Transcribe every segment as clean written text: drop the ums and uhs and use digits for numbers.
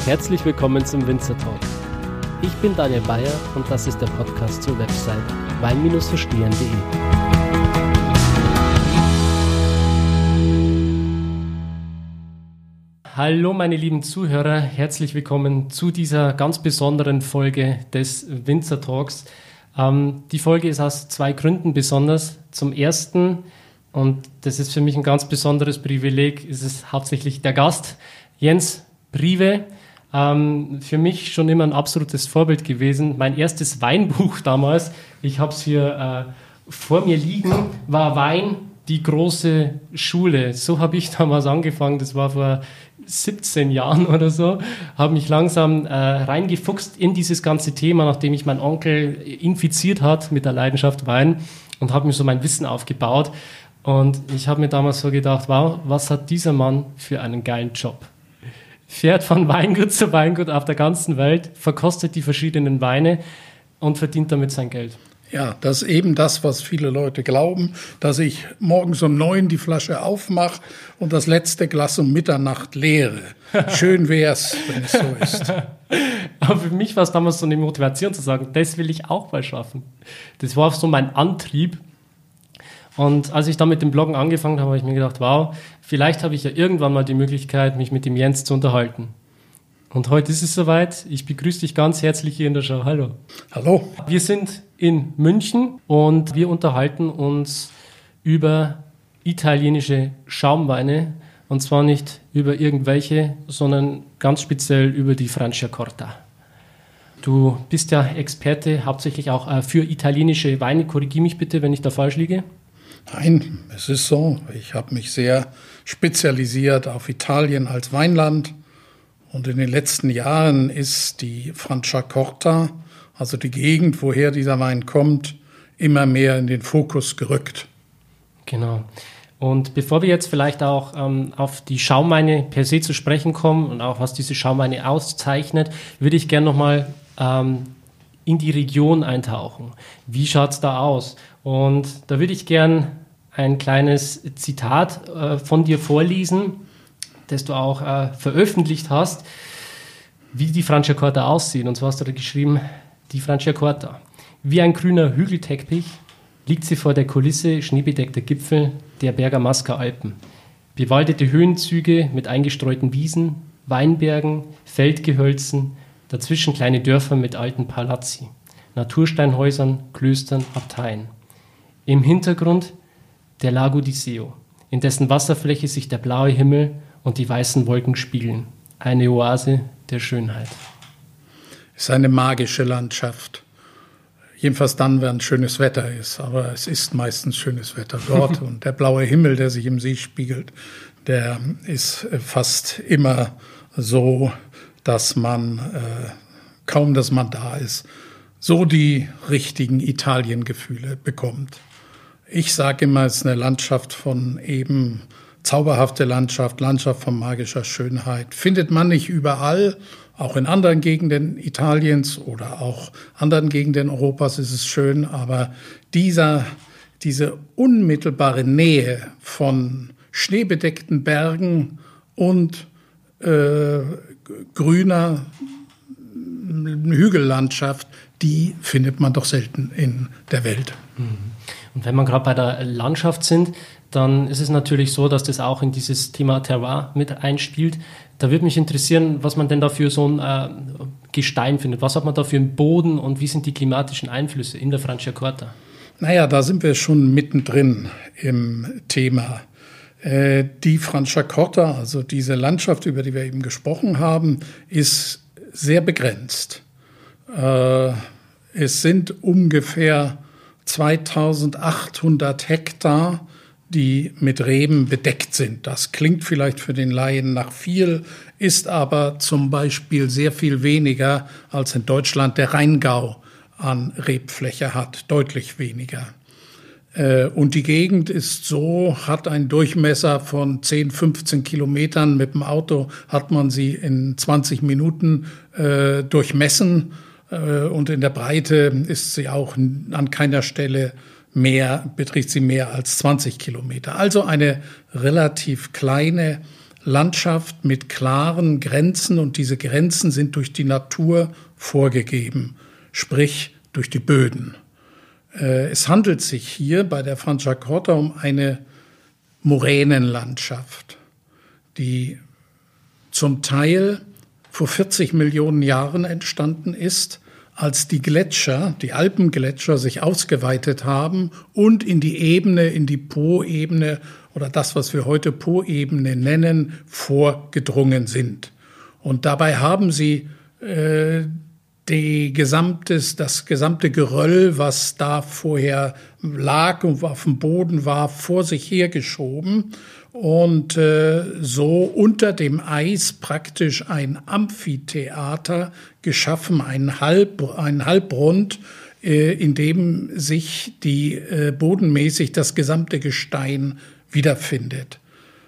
Herzlich willkommen zum Winzer Talk. Ich bin Daniel Bayer und das ist der Podcast zur Website wein-verstehen.de. Hallo meine lieben Zuhörer, herzlich willkommen zu dieser ganz besonderen Folge des Winzer Talks. Die Folge ist aus zwei Gründen besonders. Zum ersten, und das ist für mich ein ganz besonderes Privileg, ist es hauptsächlich der Gast, Jens Prive. Für mich schon immer ein absolutes Vorbild gewesen. Mein erstes Weinbuch damals, ich habe es hier vor mir liegen, war Wein, die große Schule. So habe ich damals angefangen, das war vor 17 Jahren oder so, habe mich langsam reingefuchst in dieses ganze Thema, nachdem mich mein Onkel infiziert hat mit der Leidenschaft Wein und habe mir so mein Wissen aufgebaut. Und ich habe mir damals so gedacht, wow, was hat dieser Mann für einen geilen Job? Fährt von Weingut zu Weingut auf der ganzen Welt, verkostet die verschiedenen Weine und verdient damit sein Geld. Ja, das ist eben das, was viele Leute glauben, dass ich morgens um 9 die Flasche aufmache und das letzte Glas um Mitternacht leere. Schön wär's, wenn es so ist. Aber für mich war es damals so eine Motivation zu sagen, das will ich auch mal schaffen. Das war so mein Antrieb. Und als ich dann mit dem Bloggen angefangen habe ich mir gedacht, wow, vielleicht habe ich ja irgendwann mal die Möglichkeit, mich mit dem Jens zu unterhalten. Und heute ist es soweit. Ich begrüße dich ganz herzlich hier in der Show. Hallo. Hallo. Wir sind in München und wir unterhalten uns über italienische Schaumweine. Und zwar nicht über irgendwelche, sondern ganz speziell über die Franciacorta. Du bist ja Experte, hauptsächlich auch für italienische Weine. Korrigiere mich bitte, wenn ich da falsch liege. Nein, es ist so. Ich habe mich sehr spezialisiert auf Italien als Weinland. Und in den letzten Jahren ist die Franciacorta, also die Gegend, woher dieser Wein kommt, immer mehr in den Fokus gerückt. Genau. Und bevor wir jetzt vielleicht auch auf die Schaumweine per se zu sprechen kommen und auch was diese Schaumweine auszeichnet, würde ich gerne nochmal in die Region eintauchen. Wie schaut es da aus? Und da würde ich gern ein kleines Zitat von dir vorlesen, das du auch veröffentlicht hast, wie die Franciacorta aussieht. Und zwar hast du da geschrieben, die Franciacorta. Wie ein grüner Hügelteppich liegt sie vor der Kulisse schneebedeckter Gipfel der Bergamasca Alpen. Bewaldete Höhenzüge mit eingestreuten Wiesen, Weinbergen, Feldgehölzen, dazwischen kleine Dörfer mit alten Palazzi, Natursteinhäusern, Klöstern, Abteien. Im Hintergrund der Lago di Seo, in dessen Wasserfläche sich der blaue Himmel und die weißen Wolken spiegeln. Eine Oase der Schönheit. Es ist eine magische Landschaft. Jedenfalls dann, wenn schönes Wetter ist. Aber es ist meistens schönes Wetter dort. Und der blaue Himmel, der sich im See spiegelt, der ist fast immer so, dass man, kaum dass man da ist, so die richtigen Italien-Gefühle bekommt. Ich sage immer, es ist eine Landschaft von eben zauberhafte Landschaft von magischer Schönheit. Findet man nicht überall, auch in anderen Gegenden Italiens oder auch anderen Gegenden Europas ist es schön, aber diese unmittelbare Nähe von schneebedeckten Bergen und grüner Hügellandschaft, die findet man doch selten in der Welt. Und wenn wir gerade bei der Landschaft sind, dann ist es natürlich so, dass das auch in dieses Thema Terroir mit einspielt. Da würde mich interessieren, was man denn da für so ein Gestein findet. Was hat man da für einen Boden und wie sind die klimatischen Einflüsse in der Franciacorta? Naja, da sind wir schon mittendrin im Thema. Die Franciacorta, also diese Landschaft, über die wir eben gesprochen haben, ist sehr begrenzt. Es sind ungefähr 2800 Hektar, die mit Reben bedeckt sind. Das klingt vielleicht für den Laien nach viel, ist aber zum Beispiel sehr viel weniger, als in Deutschland der Rheingau an Rebfläche hat, deutlich weniger. Und die Gegend ist so, hat einen Durchmesser von 10, 15 Kilometern. Mit dem Auto hat man sie in 20 Minuten durchmessen. Und in der Breite ist sie auch an keiner Stelle beträgt sie mehr als 20 Kilometer. Also eine relativ kleine, Landschaft mit klaren Grenzen und diese Grenzen sind durch die Natur vorgegeben, sprich durch die Böden. Es handelt sich hier bei der Franciacorta um eine Moränenlandschaft, die zum Teil vor 40 Millionen Jahren entstanden ist, als die Gletscher, die Alpengletscher, sich ausgeweitet haben und in die Ebene, in die Po-Ebene oder das, was wir heute Po-Ebene nennen, vorgedrungen sind. Und dabei haben sie das gesamte Geröll, was da vorher lag und auf dem Boden war, vor sich hergeschoben und so unter dem Eis praktisch ein Amphitheater geschaffen, ein Halbrund, in dem sich bodenmäßig das gesamte Gestein wiederfindet.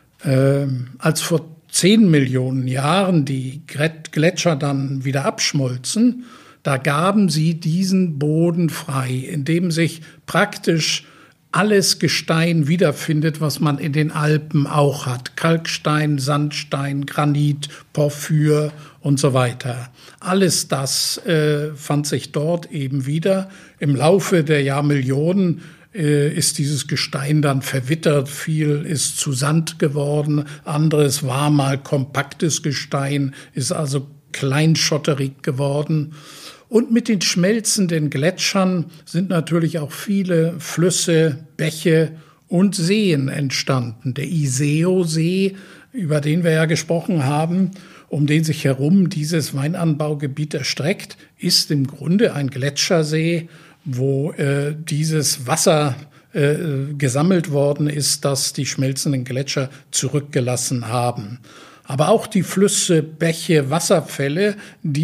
Als vor 10 Millionen Jahren die Gletscher dann wieder abschmolzen, da gaben sie diesen Boden frei, in dem sich praktisch alles Gestein wiederfindet, was man in den Alpen auch hat. Kalkstein, Sandstein, Granit, Porphyr und so weiter. Alles das fand sich dort eben wieder. Im Laufe der Jahrmillionen ist dieses Gestein dann verwittert, viel ist zu Sand geworden, anderes war mal kompaktes Gestein, ist also kleinschotterig geworden. Und mit den schmelzenden Gletschern sind natürlich auch viele Flüsse, Bäche und Seen entstanden. Der Iseo-See, über den wir ja gesprochen haben, um den sich herum dieses Weinanbaugebiet erstreckt, ist im Grunde ein Gletschersee, wo dieses Wasser gesammelt worden ist, das die schmelzenden Gletscher zurückgelassen haben. Aber auch die Flüsse, Bäche, Wasserfälle, die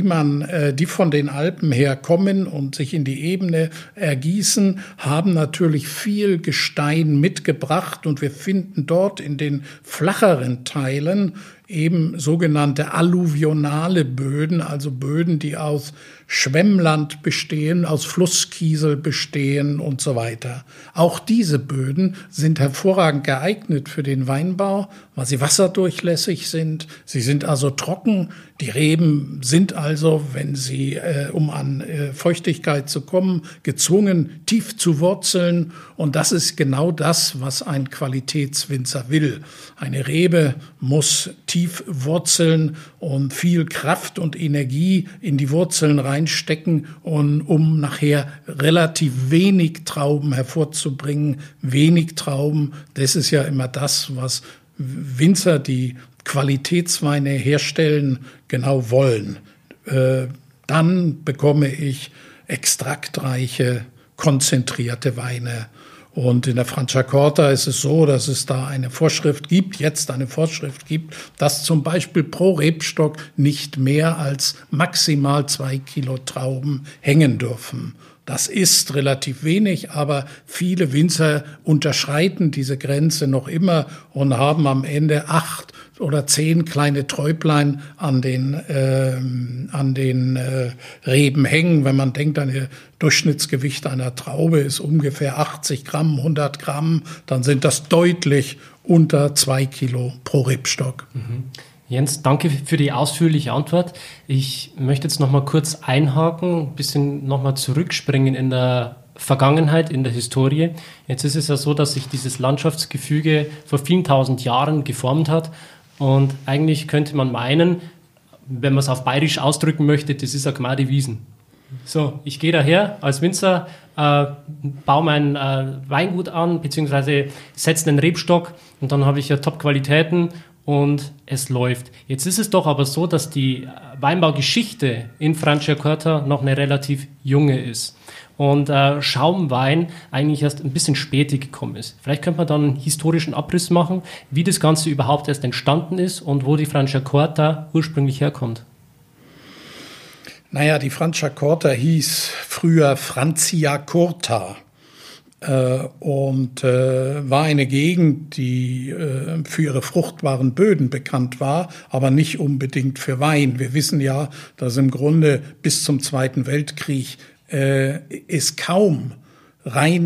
von den Alpen her kommen und sich in die Ebene ergießen, haben natürlich viel Gestein mitgebracht. Und wir finden dort in den flacheren Teilen eben sogenannte alluvionale Böden, also Böden, die aus Schwemmland bestehen, aus Flusskiesel bestehen und so weiter. Auch diese Böden sind hervorragend geeignet für den Weinbau, weil sie wasserdurchlässig sind. Sie sind also trocken. Die Reben sind also, wenn sie, um an Feuchtigkeit zu kommen, gezwungen, tief zu wurzeln. Und das ist genau das, was ein Qualitätswinzer will. Eine Rebe muss tief wurzeln und viel Kraft und Energie in die Wurzeln reinstecken, um nachher relativ wenig Trauben hervorzubringen. Wenig Trauben, das ist ja immer das, was Winzer, die Qualitätsweine herstellen, genau wollen. Dann bekomme ich extraktreiche, konzentrierte Weine. Und in der Franciacorta ist es so, dass es da eine Vorschrift gibt, dass zum Beispiel pro Rebstock nicht mehr als maximal 2 Kilo Trauben hängen dürfen. Das ist relativ wenig, aber viele Winzer unterschreiten diese Grenze noch immer und haben am Ende 8 oder 10 kleine Träublein an den Reben hängen. Wenn man denkt, ein Durchschnittsgewicht einer Traube ist ungefähr 80 Gramm, 100 Gramm, dann sind das deutlich unter 2 Kilo pro Rebstock. Mhm. Jens, danke für die ausführliche Antwort. Ich möchte jetzt noch mal kurz einhaken, ein bisschen noch mal zurückspringen in der Vergangenheit, in der Historie. Jetzt ist es ja so, dass sich dieses Landschaftsgefüge vor vielen tausend Jahren geformt hat. Und eigentlich könnte man meinen, wenn man es auf Bayerisch ausdrücken möchte, das ist eine Gmade Wiesen. So, ich gehe daher als Winzer, baue mein Weingut an, beziehungsweise setze einen Rebstock und dann habe ich ja Top-Qualitäten und es läuft. Jetzt ist es doch aber so, dass die Weinbaugeschichte in Franciacorta noch eine relativ junge ist und Schaumwein eigentlich erst ein bisschen später gekommen ist. Vielleicht könnte man dann einen historischen Abriss machen, wie das Ganze überhaupt erst entstanden ist und wo die Franciacorta ursprünglich herkommt. Naja, die Franciacorta hieß früher Franciacorta. Und war eine Gegend, die für ihre fruchtbaren Böden bekannt war, aber nicht unbedingt für Wein. Wir wissen ja, dass im Grunde bis zum Zweiten Weltkrieg es kaum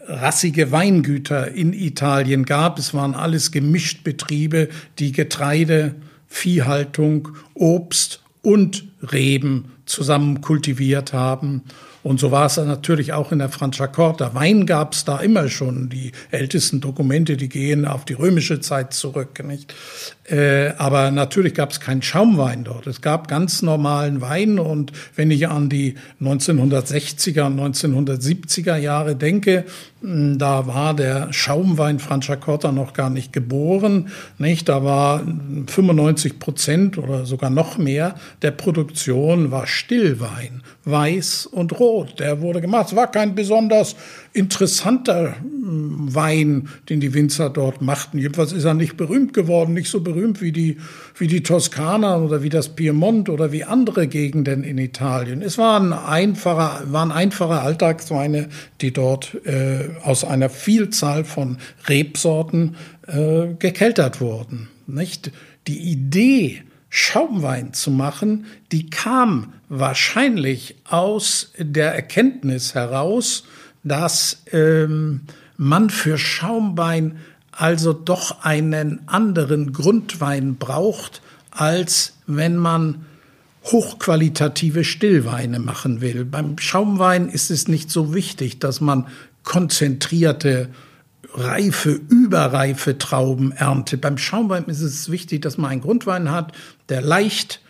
rassige Weingüter in Italien gab. Es waren alles Gemischtbetriebe, die Getreide, Viehhaltung, Obst und Reben zusammen kultiviert haben. Und so war es dann natürlich auch in der Franciacorta. Wein gab es da immer schon. Die ältesten Dokumente, die gehen auf die römische Zeit zurück, nicht? Aber natürlich gab es keinen Schaumwein dort. Es gab ganz normalen Wein. Und wenn ich an die 1960er und 1970er Jahre denke, da war der Schaumwein Franciacorta noch gar nicht geboren, nicht? Da war 95% oder sogar noch mehr der Produktion war Stillwein, weiß und rot. Der wurde gemacht. Es war kein besonders interessanter Wein, den die Winzer dort machten. Jedenfalls ist er nicht berühmt geworden, nicht so berühmt wie die Toskana oder wie das Piemont oder wie andere Gegenden in Italien. Es waren einfache Alltagsweine, die dort aus einer Vielzahl von Rebsorten gekeltert wurden. Nicht? Die Idee, Schaumwein zu machen, die kam wahrscheinlich aus der Erkenntnis heraus, dass man für Schaumwein also doch einen anderen Grundwein braucht, als wenn man hochqualitative Stillweine machen will. Beim Schaumwein ist es nicht so wichtig, dass man konzentrierte, reife, überreife Trauben erntet. Beim Schaumwein ist es wichtig, dass man einen Grundwein hat, der leicht,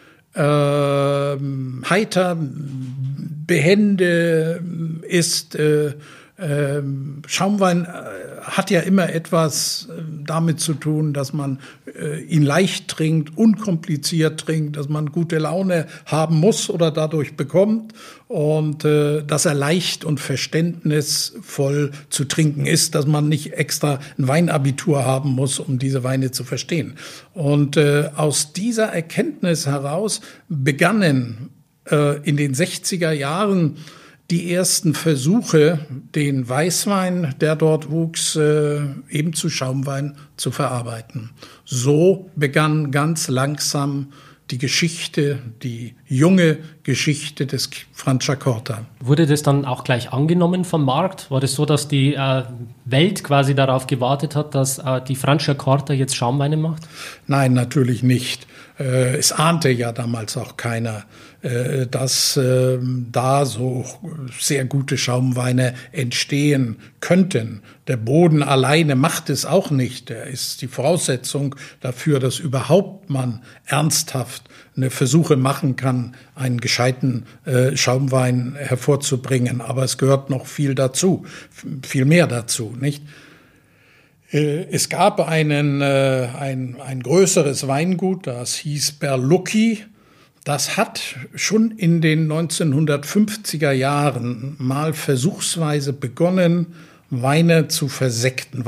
heiter, behende ist. Schaumwein hat ja immer etwas damit zu tun, dass man ihn leicht trinkt, unkompliziert trinkt, dass man gute Laune haben muss oder dadurch bekommt und dass er leicht und verständnisvoll zu trinken ist, dass man nicht extra ein Weinabitur haben muss, um diese Weine zu verstehen. Und aus dieser Erkenntnis heraus begannen in den 60er Jahren die ersten Versuche, den Weißwein, der dort wuchs, eben zu Schaumwein zu verarbeiten. So begann ganz langsam die Geschichte, die junge Geschichte des Franciacorta. Wurde das dann auch gleich angenommen vom Markt? War das so, dass die Welt quasi darauf gewartet hat, dass die Franciacorta jetzt Schaumweine macht? Nein, natürlich nicht. Es ahnte ja damals auch keiner, dass da so sehr gute Schaumweine entstehen könnten. Der Boden alleine macht es auch nicht. Er ist die Voraussetzung dafür, dass überhaupt man ernsthaft eine Versuche machen kann, einen gescheiten Schaumwein hervorzubringen. Aber es gehört noch viel dazu, viel mehr dazu, nicht? Es gab ein größeres Weingut, das hieß Berlucchi. Das hat schon in den 1950er Jahren mal versuchsweise begonnen, Weißweine zu versekten.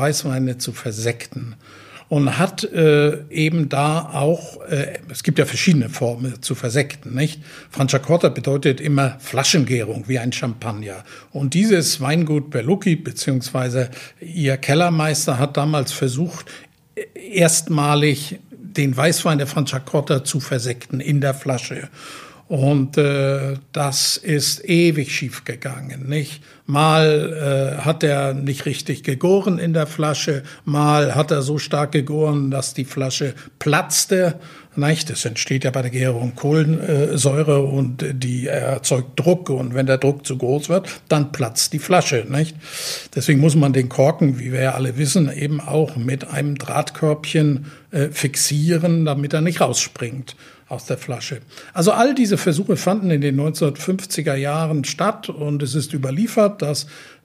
Und hat eben da auch, es gibt ja verschiedene Formen zu versekten, nicht? Franciacorta bedeutet immer Flaschengärung, wie ein Champagner. Und dieses Weingut Berlucchi, beziehungsweise ihr Kellermeister, hat damals versucht, erstmalig den Weißwein der Franciacorta zu versekten in der Flasche. Und das ist ewig schief gegangen, nicht? Mal hat er nicht richtig gegoren in der Flasche, mal hat er so stark gegoren, dass die Flasche platzte. Nicht? Das entsteht ja bei der Gärung Kohlensäure und die erzeugt Druck. Und wenn der Druck zu groß wird, dann platzt die Flasche. Nicht? Deswegen muss man den Korken, wie wir ja alle wissen, eben auch mit einem Drahtkörbchen fixieren, damit er nicht rausspringt aus der Flasche. Also all diese Versuche fanden in den 1950er Jahren statt und es ist überliefert, dass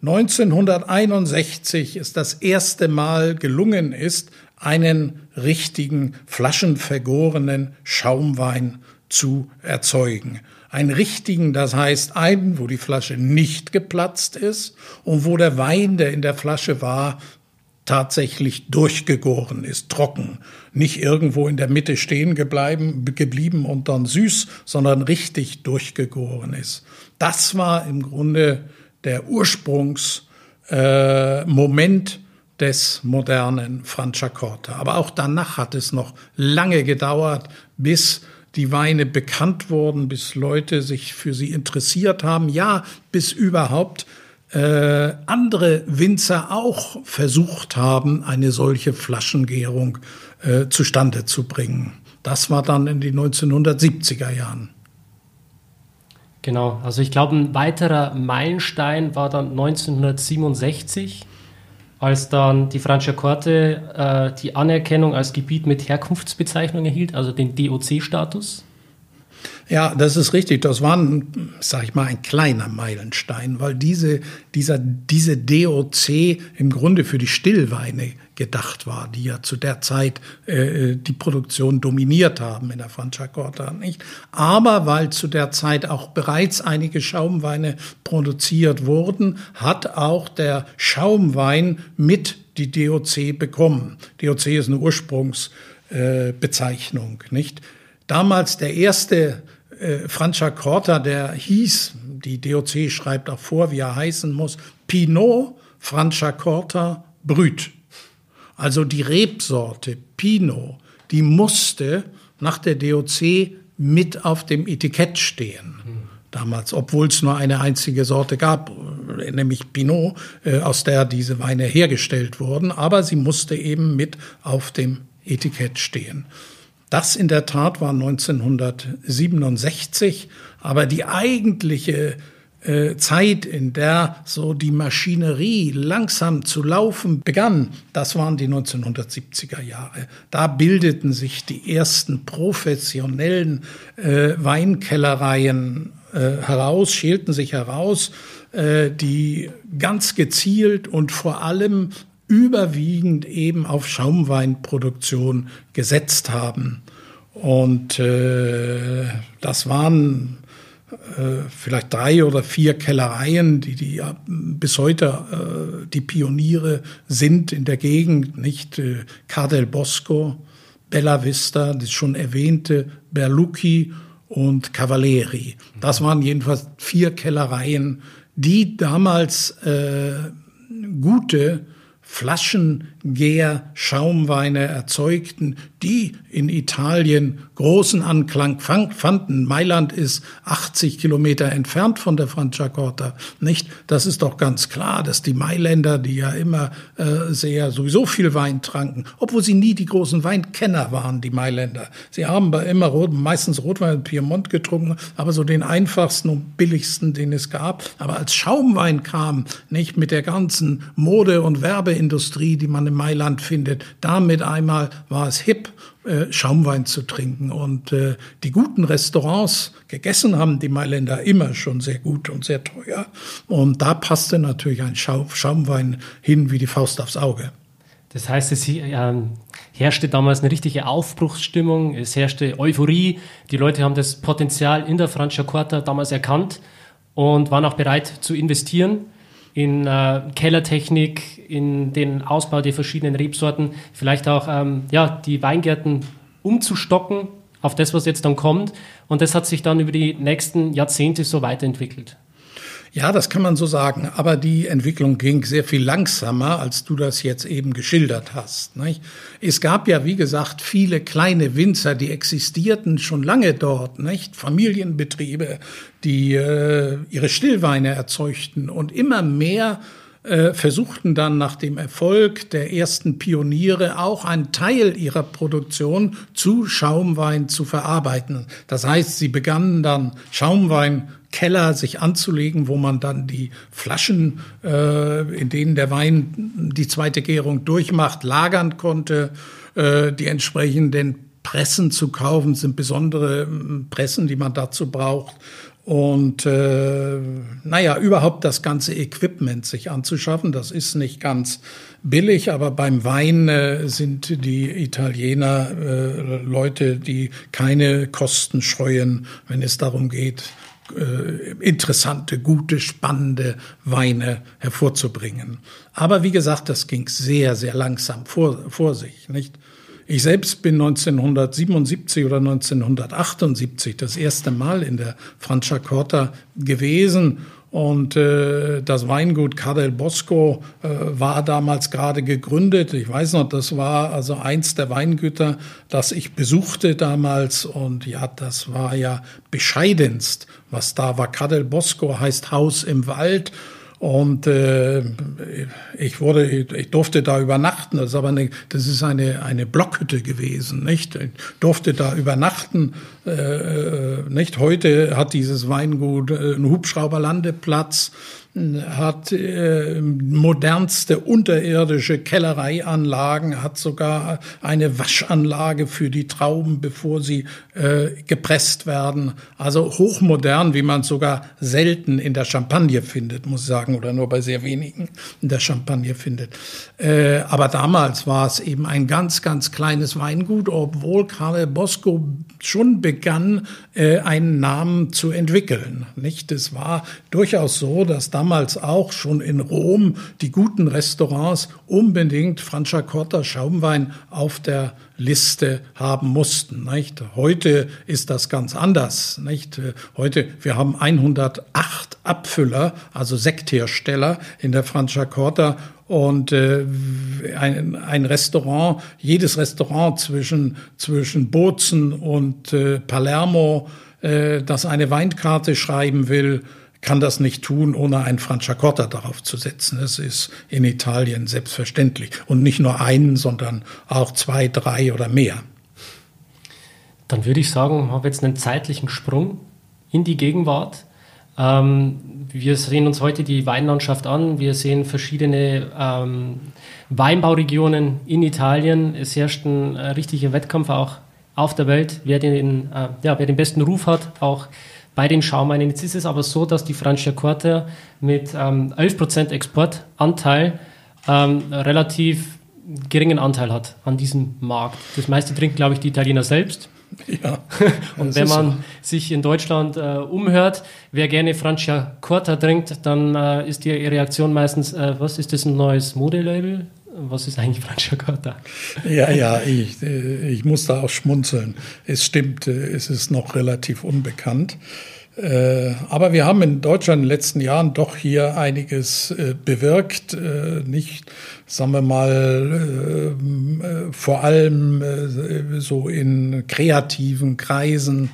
1961 es das erste Mal gelungen ist, einen richtigen flaschenvergorenen Schaumwein zu erzeugen. Einen richtigen, das heißt einen, wo die Flasche nicht geplatzt ist und wo der Wein, der in der Flasche war, tatsächlich durchgegoren ist, trocken. Nicht irgendwo in der Mitte stehen geblieben und dann süß, sondern richtig durchgegoren ist. Das war im Grunde der Ursprungsmoment des modernen Franciacorta. Aber auch danach hat es noch lange gedauert, bis die Weine bekannt wurden, bis Leute sich für sie interessiert haben, ja, bis überhaupt andere Winzer auch versucht haben, eine solche Flaschengärung zustande zu bringen. Das war dann in den 1970er Jahren. Genau, also ich glaube, ein weiterer Meilenstein war dann 1967, als dann die Franciacorta die Anerkennung als Gebiet mit Herkunftsbezeichnung erhielt, also den DOC-Status. Ja, das ist richtig. Das war, sag ich mal, ein kleiner Meilenstein, weil diese DOC im Grunde für die Stillweine gedacht war, die ja zu der Zeit die Produktion dominiert haben in der Franciacorta, nicht? Aber weil zu der Zeit auch bereits einige Schaumweine produziert wurden, hat auch der Schaumwein mit die DOC bekommen. DOC ist eine Ursprungsbezeichnung, nicht? Damals der erste Franciacorta, der hieß, die DOC schreibt auch vor, wie er heißen muss, Pinot Franciacorta Brut. Also die Rebsorte Pinot, die musste nach der DOC mit auf dem Etikett stehen. Damals, obwohl es nur eine einzige Sorte gab, nämlich Pinot, aus der diese Weine hergestellt wurden. Aber sie musste eben mit auf dem Etikett stehen. Das in der Tat war 1967, aber die eigentliche Zeit, in der so die Maschinerie langsam zu laufen begann, das waren die 1970er Jahre. Da bildeten sich die ersten professionellen Weinkellereien schälten sich heraus, die ganz gezielt und vor allem überwiegend eben auf Schaumweinproduktion gesetzt haben. Und das waren vielleicht 3 oder 4 Kellereien, die bis heute die Pioniere sind in der Gegend, nicht? Ca' del Bosco, Bella Vista, das schon erwähnte Berlucchi und Cavalieri. Das waren jedenfalls 4 Kellereien, die damals gute Flaschengär-Schaumweine erzeugten, die in Italien großen Anklang fanden. Mailand ist 80 Kilometer entfernt von der Franciacorta, nicht? Das ist doch ganz klar, dass die Mailänder, die ja immer sowieso viel Wein tranken, obwohl sie nie die großen Weinkenner waren, die Mailänder. Sie haben meistens Rotwein und Piemont getrunken, aber so den einfachsten und billigsten, den es gab. Aber als Schaumwein kam, nicht, mit der ganzen Mode- und Werbeindustrie, die man in Mailand findet, damit einmal war es hip, Schaumwein zu trinken. Und die guten Restaurants gegessen haben die Mailänder immer schon sehr gut und sehr teuer. Und da passte natürlich ein Schaumwein hin wie die Faust aufs Auge. Das heißt, es herrschte damals eine richtige Aufbruchsstimmung, es herrschte Euphorie. Die Leute haben das Potenzial in der Franciacorta damals erkannt und waren auch bereit zu investieren in Kellertechnik, in den Ausbau der verschiedenen Rebsorten, vielleicht auch die Weingärten umzustocken auf das, was jetzt dann kommt. Und das hat sich dann über die nächsten Jahrzehnte so weiterentwickelt. Ja, das kann man so sagen. Aber die Entwicklung ging sehr viel langsamer, als du das jetzt eben geschildert hast, nicht? Es gab ja, wie gesagt, viele kleine Winzer, die existierten schon lange dort, nicht? Familienbetriebe, die ihre Stillweine erzeugten und immer mehr versuchten dann nach dem Erfolg der ersten Pioniere auch einen Teil ihrer Produktion zu Schaumwein zu verarbeiten. Das heißt, sie begannen dann Schaumweinkeller sich anzulegen, wo man dann die Flaschen, in denen der Wein die zweite Gärung durchmacht, lagern konnte. Die entsprechenden Pressen zu kaufen, sind besondere Pressen, die man dazu braucht. Und überhaupt das ganze Equipment sich anzuschaffen, das ist nicht ganz billig, aber beim Wein sind die Italiener Leute, die keine Kosten scheuen, wenn es darum geht, interessante, gute, spannende Weine hervorzubringen. Aber wie gesagt, das ging sehr, sehr langsam vor sich, nicht? Ich selbst bin 1977 oder 1978 das erste Mal in der Franciacorta gewesen und das Weingut Ca' del Bosco war damals gerade gegründet. Ich weiß noch, das war also eins der Weingüter, das ich besuchte damals und ja, das war ja bescheidenst, was da war. Ca' del Bosco heißt Haus im Wald. Und ich durfte da übernachten. Das ist eine Blockhütte gewesen, nicht? Ich durfte da übernachten, nicht? Heute hat dieses Weingut einen Hubschrauberlandeplatz, hat modernste unterirdische Kellereianlagen, hat sogar eine Waschanlage für die Trauben, bevor sie gepresst werden. Also hochmodern, wie man es sogar selten in der Champagne findet, muss ich sagen, oder nur bei sehr wenigen in der Champagne findet. Aber damals war es eben ein ganz, ganz kleines Weingut, obwohl Carle Bosco schon begann, einen Namen zu entwickeln. Nicht? Es war durchaus so, dass damals auch schon in Rom die guten Restaurants unbedingt Franciacorta Schaumwein auf der Liste haben mussten. Nicht? Heute ist das ganz anders. Nicht? Heute, wir haben 108 Abfüller, also Sekthersteller in der Franciacorta. Und ein Restaurant, jedes Restaurant zwischen Bozen und Palermo, das eine Weinkarte schreiben will, kann das nicht tun, ohne einen Franciacorta darauf zu setzen. Das ist in Italien selbstverständlich. Und nicht nur einen, sondern auch 2, 3 oder mehr. Dann würde ich sagen, haben wir jetzt einen zeitlichen Sprung in die Gegenwart. Wir sehen uns heute die Weinlandschaft an. Wir sehen verschiedene Weinbauregionen in Italien. Es herrscht ein richtiger Wettkampf auch auf der Welt, wer den besten Ruf hat, auch bei den Schaumweinen. Jetzt ist es aber so, dass die Franciacorta mit 11% Exportanteil relativ geringen Anteil hat an diesem Markt. Das meiste trinken, glaube ich, die Italiener selbst. Ja, und wenn man sich in Deutschland umhört, wer gerne Franciacorta trinkt, dann ist die Reaktion meistens, was ist das, ein neues Modelabel? Was ist eigentlich Franciacorta? Ja, ich muss da auch schmunzeln. Es stimmt, es ist noch relativ unbekannt. Aber wir haben in Deutschland in den letzten Jahren doch hier einiges bewirkt. Nicht, sagen wir mal, vor allem so in kreativen Kreisen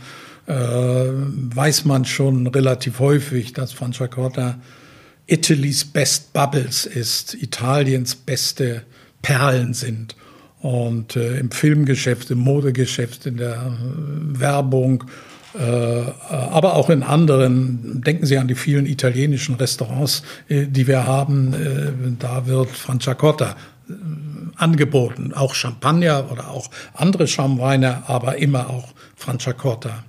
weiß man schon relativ häufig, dass Franciacorta Italy's Best Bubbles ist, Italiens beste Perlen sind. Und im Filmgeschäft, im Modegeschäft, in der Werbung, aber auch in anderen, denken Sie an die vielen italienischen Restaurants, die wir haben, da wird Franciacorta angeboten, auch Champagner oder auch andere Schaumweine, aber immer auch Franciacorta.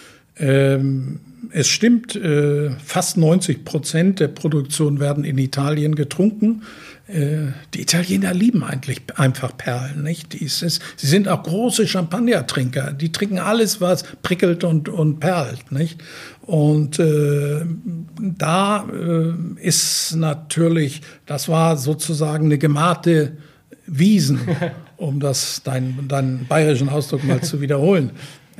Es stimmt, fast 90% der Produktion werden in Italien getrunken. Die Italiener lieben eigentlich einfach Perlen, nicht? Sie sind auch große Champagnertrinker. Die trinken alles, was prickelt und perlt, nicht? Und da ist natürlich, das war sozusagen eine gemahte Wiesn, um deinen bayerischen Ausdruck mal zu wiederholen.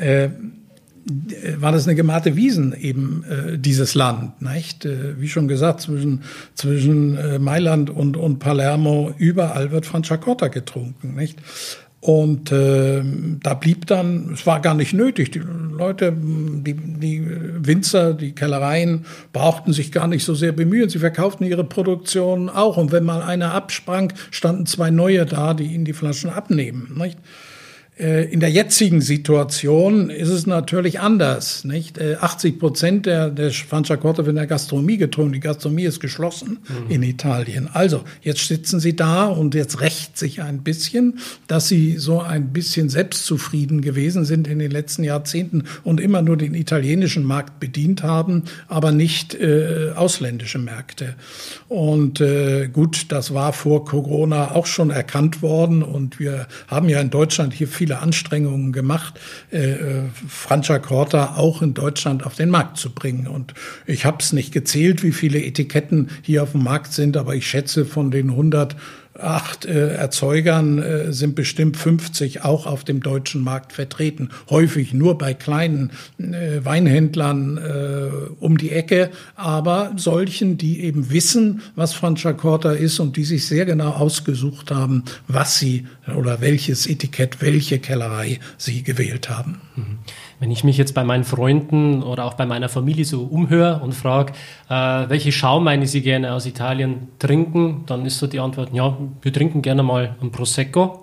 War das eine gemahte Wiesn eben, dieses Land, nicht? Wie schon gesagt, zwischen Mailand und Palermo, überall wird Franciacorta getrunken, nicht? Und da blieb dann, es war gar nicht nötig, die Leute, die Winzer, die Kellereien brauchten sich gar nicht so sehr bemühen, sie verkauften ihre Produktion auch. Und wenn mal einer absprang, standen 2 neue da, die ihnen die Flaschen abnehmen, nicht? In der jetzigen Situation ist es natürlich anders, nicht? 80% der Franciacorta wird in der Gastronomie getrunken. Die Gastronomie ist geschlossen in Italien. Also, jetzt sitzen sie da und jetzt rächt sich ein bisschen, dass sie so ein bisschen selbstzufrieden gewesen sind in den letzten Jahrzehnten und immer nur den italienischen Markt bedient haben, aber nicht ausländische Märkte. Und gut, das war vor Corona auch schon erkannt worden und wir haben ja in Deutschland hier viele Anstrengungen gemacht, Franciacorta auch in Deutschland auf den Markt zu bringen. Und ich habe es nicht gezählt, wie viele Etiketten hier auf dem Markt sind, aber ich schätze, von den 108 Erzeugern sind bestimmt 50 auch auf dem deutschen Markt vertreten. Häufig nur bei kleinen Weinhändlern um die Ecke, aber solchen, die eben wissen, was Franciacorta ist und die sich sehr genau ausgesucht haben, was sie oder welches Etikett, welche Kellerei sie gewählt haben. Wenn ich mich jetzt bei meinen Freunden oder auch bei meiner Familie so umhöre und frage, welche Schaumweine sie gerne aus Italien trinken, dann ist so die Antwort, ja, wir trinken gerne mal ein Prosecco.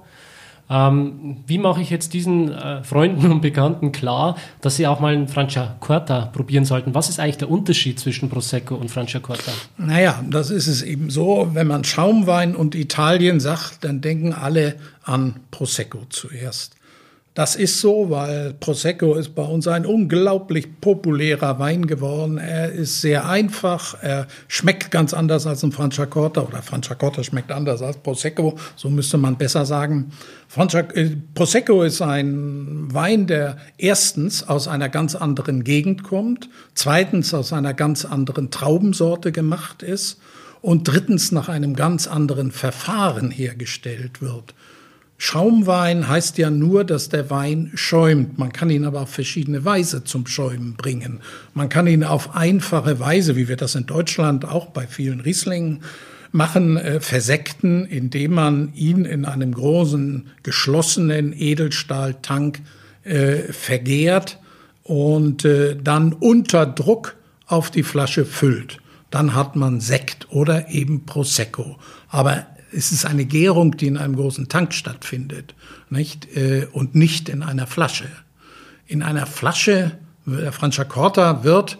Wie mache ich jetzt diesen Freunden und Bekannten klar, dass sie auch mal einen Franciacorta probieren sollten? Was ist eigentlich der Unterschied zwischen Prosecco und Franciacorta? Naja, das ist es eben so, wenn man Schaumwein und Italien sagt, dann denken alle an Prosecco zuerst. Das ist so, weil Prosecco ist bei uns ein unglaublich populärer Wein geworden. Er ist sehr einfach, er schmeckt ganz anders als ein Franciacorta oder Franciacorta schmeckt anders als Prosecco, so müsste man besser sagen. Prosecco ist ein Wein, der erstens aus einer ganz anderen Gegend kommt, zweitens aus einer ganz anderen Traubensorte gemacht ist und drittens nach einem ganz anderen Verfahren hergestellt wird. Schaumwein heißt ja nur, dass der Wein schäumt. Man kann ihn aber auf verschiedene Weise zum Schäumen bringen. Man kann ihn auf einfache Weise, wie wir das in Deutschland auch bei vielen Rieslingen machen, versekten, indem man ihn in einem großen, geschlossenen Edelstahltank vergärt und dann unter Druck auf die Flasche füllt. Dann hat man Sekt oder eben Prosecco. Aber es ist eine Gärung, die in einem großen Tank stattfindet, nicht? Und nicht in einer Flasche. In einer Flasche, der Franciacorta wird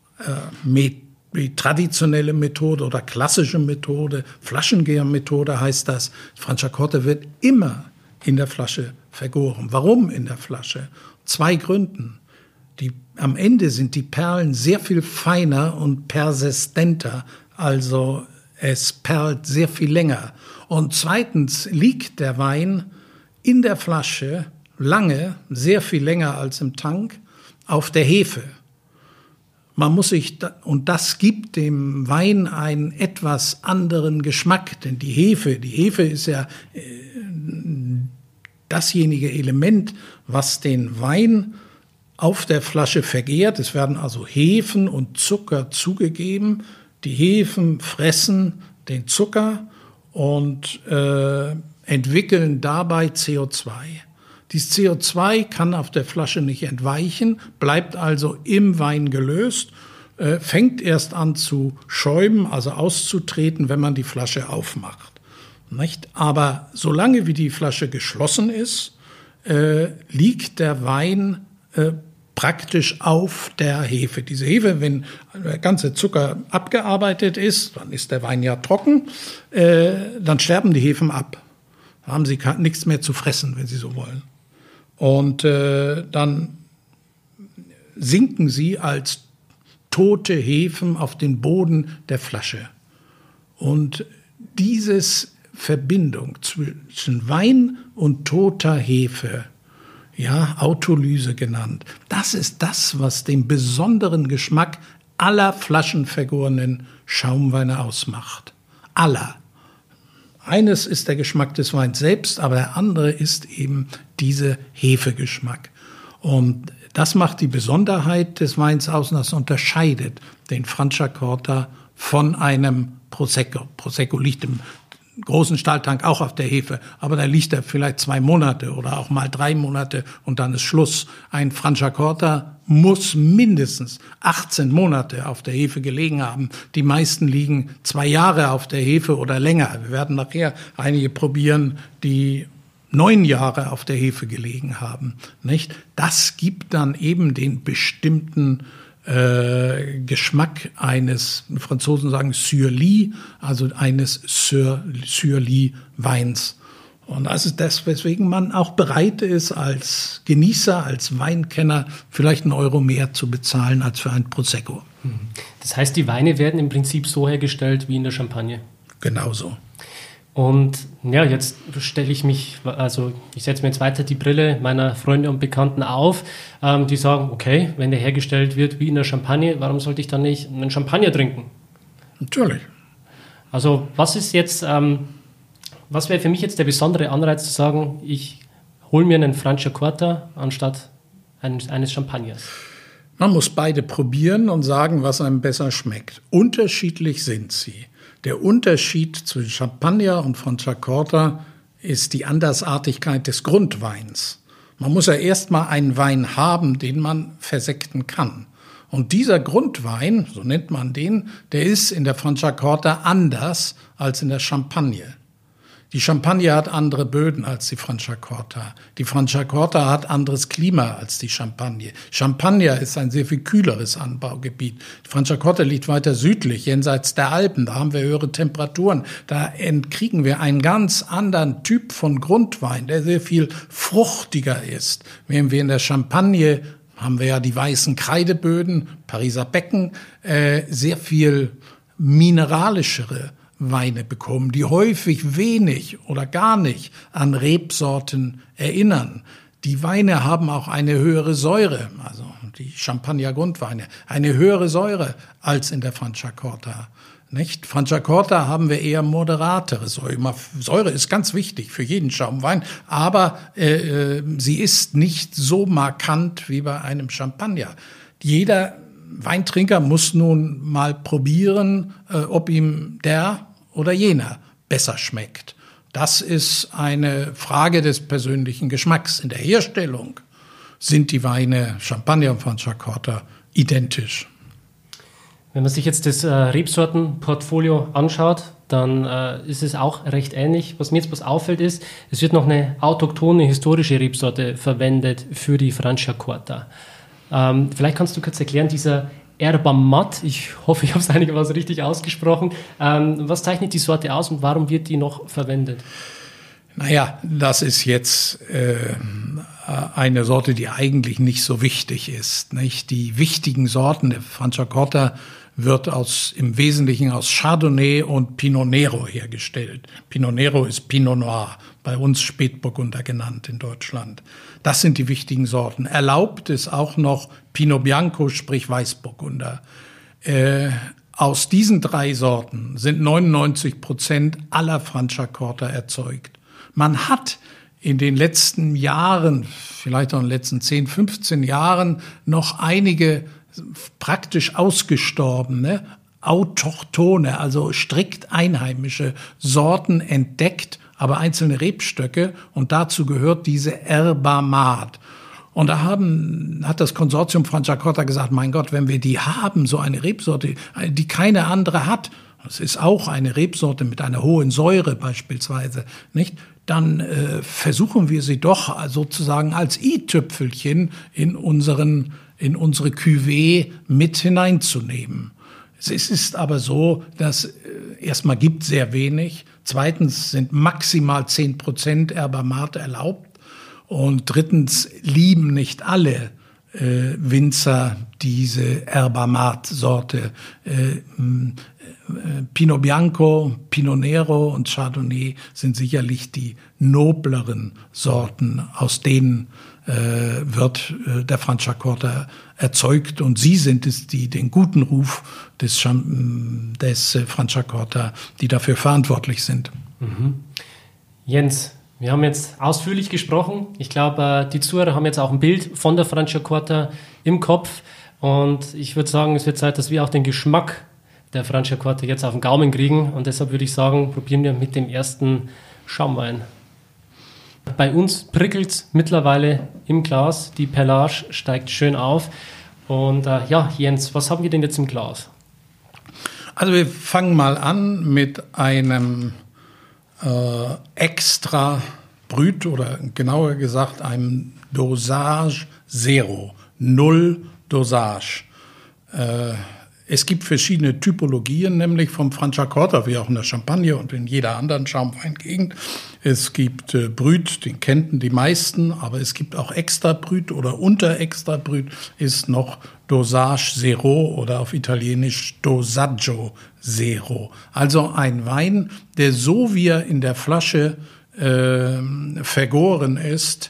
die traditionelle Methode oder klassische Methode, Flaschengärmethode heißt das, Franciacorta wird immer in der Flasche vergoren. Warum in der Flasche? 2 Gründen. Am Ende sind die Perlen sehr viel feiner und persistenter, also es perlt sehr viel länger. Und zweitens liegt der Wein in der Flasche lange, sehr viel länger als im Tank, auf der Hefe. Und das gibt dem Wein einen etwas anderen Geschmack, denn die Hefe ist ja dasjenige Element, was den Wein auf der Flasche vergärt. Es werden also Hefen und Zucker zugegeben. Die Hefen fressen den Zucker und entwickeln dabei CO2. Dieses CO2 kann auf der Flasche nicht entweichen, bleibt also im Wein gelöst, fängt erst an zu schäumen, also auszutreten, wenn man die Flasche aufmacht. Nicht? Aber solange wie die Flasche geschlossen ist, liegt der Wein praktisch auf der Hefe. Diese Hefe, wenn der ganze Zucker abgearbeitet ist, dann ist der Wein ja trocken, dann sterben die Hefen ab. Da haben sie nichts mehr zu fressen, wenn sie so wollen. Und dann sinken sie als tote Hefen auf den Boden der Flasche. Und dieses Verbindung zwischen Wein und toter Hefe, ja, Autolyse genannt. Das ist das, was den besonderen Geschmack aller flaschenvergorenen Schaumweine ausmacht. Aller. Eines ist der Geschmack des Weins selbst, aber der andere ist eben dieser Hefegeschmack. Und das macht die Besonderheit des Weins aus und das unterscheidet den Franciacorta von einem Prosecco. Prosecco liegt im großen Stahltank auch auf der Hefe, aber da liegt er vielleicht 2 Monate oder auch mal 3 Monate und dann ist Schluss. Ein Franciacorta muss mindestens 18 Monate auf der Hefe gelegen haben. Die meisten liegen 2 Jahre auf der Hefe oder länger. Wir werden nachher einige probieren, die 9 Jahre auf der Hefe gelegen haben. Nicht? Das gibt dann eben den bestimmten Geschmack eines, die Franzosen sagen Sur-Lie, also eines Sur-Lie-Weins. Und das ist das, weswegen man auch bereit ist, als Genießer, als Weinkenner vielleicht €1 mehr zu bezahlen als für ein Prosecco. Das heißt, die Weine werden im Prinzip so hergestellt wie in der Champagne? Genauso. Und ja, jetzt ich setze mir jetzt weiter die Brille meiner Freunde und Bekannten auf, die sagen, okay, wenn der hergestellt wird wie in der Champagne, warum sollte ich dann nicht einen Champagner trinken? Natürlich. Also was wäre für mich jetzt der besondere Anreiz zu sagen, ich hole mir einen Franciacorta anstatt eines Champagners? Man muss beide probieren und sagen, was einem besser schmeckt. Unterschiedlich sind sie. Der Unterschied zwischen Champagner und Franciacorta ist die Andersartigkeit des Grundweins. Man muss ja erstmal einen Wein haben, den man versekten kann. Und dieser Grundwein, so nennt man den, der ist in der Franciacorta anders als in der Champagne. Die Champagne hat andere Böden als die Franciacorta. Die Franciacorta hat anderes Klima als die Champagne. Champagner ist ein sehr viel kühleres Anbaugebiet. Die Franciacorta liegt weiter südlich, jenseits der Alpen. Da haben wir höhere Temperaturen. Da kriegen wir einen ganz anderen Typ von Grundwein, der sehr viel fruchtiger ist. Während wir in der Champagne haben wir ja die weißen Kreideböden, Pariser Becken, sehr viel mineralischere Weine bekommen, die häufig wenig oder gar nicht an Rebsorten erinnern. Die Weine haben auch eine höhere Säure, also die Champagner-Grundweine, eine höhere Säure als in der Franciacorta. Nicht? Franciacorta haben wir eher moderatere Säure. Säure ist ganz wichtig für jeden Schaumwein, aber sie ist nicht so markant wie bei einem Champagner. Jeder Weintrinker muss nun mal probieren, ob ihm der oder jener besser schmeckt. Das ist eine Frage des persönlichen Geschmacks. In der Herstellung sind die Weine Champagner und Franciacorta identisch. Wenn man sich jetzt das Rebsortenportfolio anschaut, dann ist es auch recht ähnlich. Was mir jetzt was auffällt ist, es wird noch eine autochthone historische Rebsorte verwendet für die Franciacorta. Vielleicht kannst du kurz erklären, dieser Erba Mat, ich hoffe, ich habe es einigermaßen richtig ausgesprochen. Was zeichnet die Sorte aus und warum wird die noch verwendet? Naja, das ist jetzt eine Sorte, die eigentlich nicht so wichtig ist. Nicht? Die wichtigen Sorten der Franciacorta wird im Wesentlichen aus Chardonnay und Pinot Nero hergestellt. Pinot Nero ist Pinot Noir, bei uns Spätburgunder genannt in Deutschland. Das sind die wichtigen Sorten. Erlaubt ist auch noch Pinot Bianco, sprich Weißburgunder. Aus diesen 3 Sorten sind 99% aller Franciacorta erzeugt. Man hat in den letzten Jahren, vielleicht auch in den letzten 10, 15 Jahren, noch einige praktisch ausgestorbene, autochthone, also strikt einheimische Sorten entdeckt, aber einzelne Rebstöcke, und dazu gehört diese Erba Mat. Und da hat das Konsortium Franciacorta gesagt, mein Gott, wenn wir die haben, so eine Rebsorte, die keine andere hat, das ist auch eine Rebsorte mit einer hohen Säure beispielsweise, nicht? Dann versuchen wir sie doch sozusagen als i-Tüpfelchen in unsere Cuvée mit hineinzunehmen. Es ist aber so, dass erstmal gibt sehr wenig, zweitens sind maximal 10% Erba Mat erlaubt und drittens lieben nicht alle Winzer diese Erba Mat Sorte. Pinot Bianco, Pinot Nero und Chardonnay sind sicherlich die nobleren Sorten, aus denen wird der Franciacorta erzeugt, und sie sind es, die den guten Ruf des Franciacorta, die dafür verantwortlich sind. Mhm. Jens, wir haben jetzt ausführlich gesprochen. Ich glaube, die Zuhörer haben jetzt auch ein Bild von der Franciacorta im Kopf, und ich würde sagen, es wird Zeit, dass wir auch den Geschmack der Franciacorta jetzt auf den Gaumen kriegen, und deshalb würde ich sagen, probieren wir mit dem ersten Schaumwein. Bei uns prickelt es mittlerweile im Glas, die Perlage steigt schön auf. Und ja, Jens, was haben wir denn jetzt im Glas? Also wir fangen mal an mit einem Extra Brut, oder genauer gesagt einem Dosage Zero, Null Dosage. Es gibt verschiedene Typologien, nämlich vom Franciacorta, wie auch in der Champagne und in jeder anderen Schaumweingegend. Es gibt Brut, den kennen die meisten, aber es gibt auch Extra Brut, oder unter Extra Brut ist noch Dosage Zero oder auf Italienisch Dosaggio Zero. Also ein Wein, der so wie er in der Flasche vergoren ist,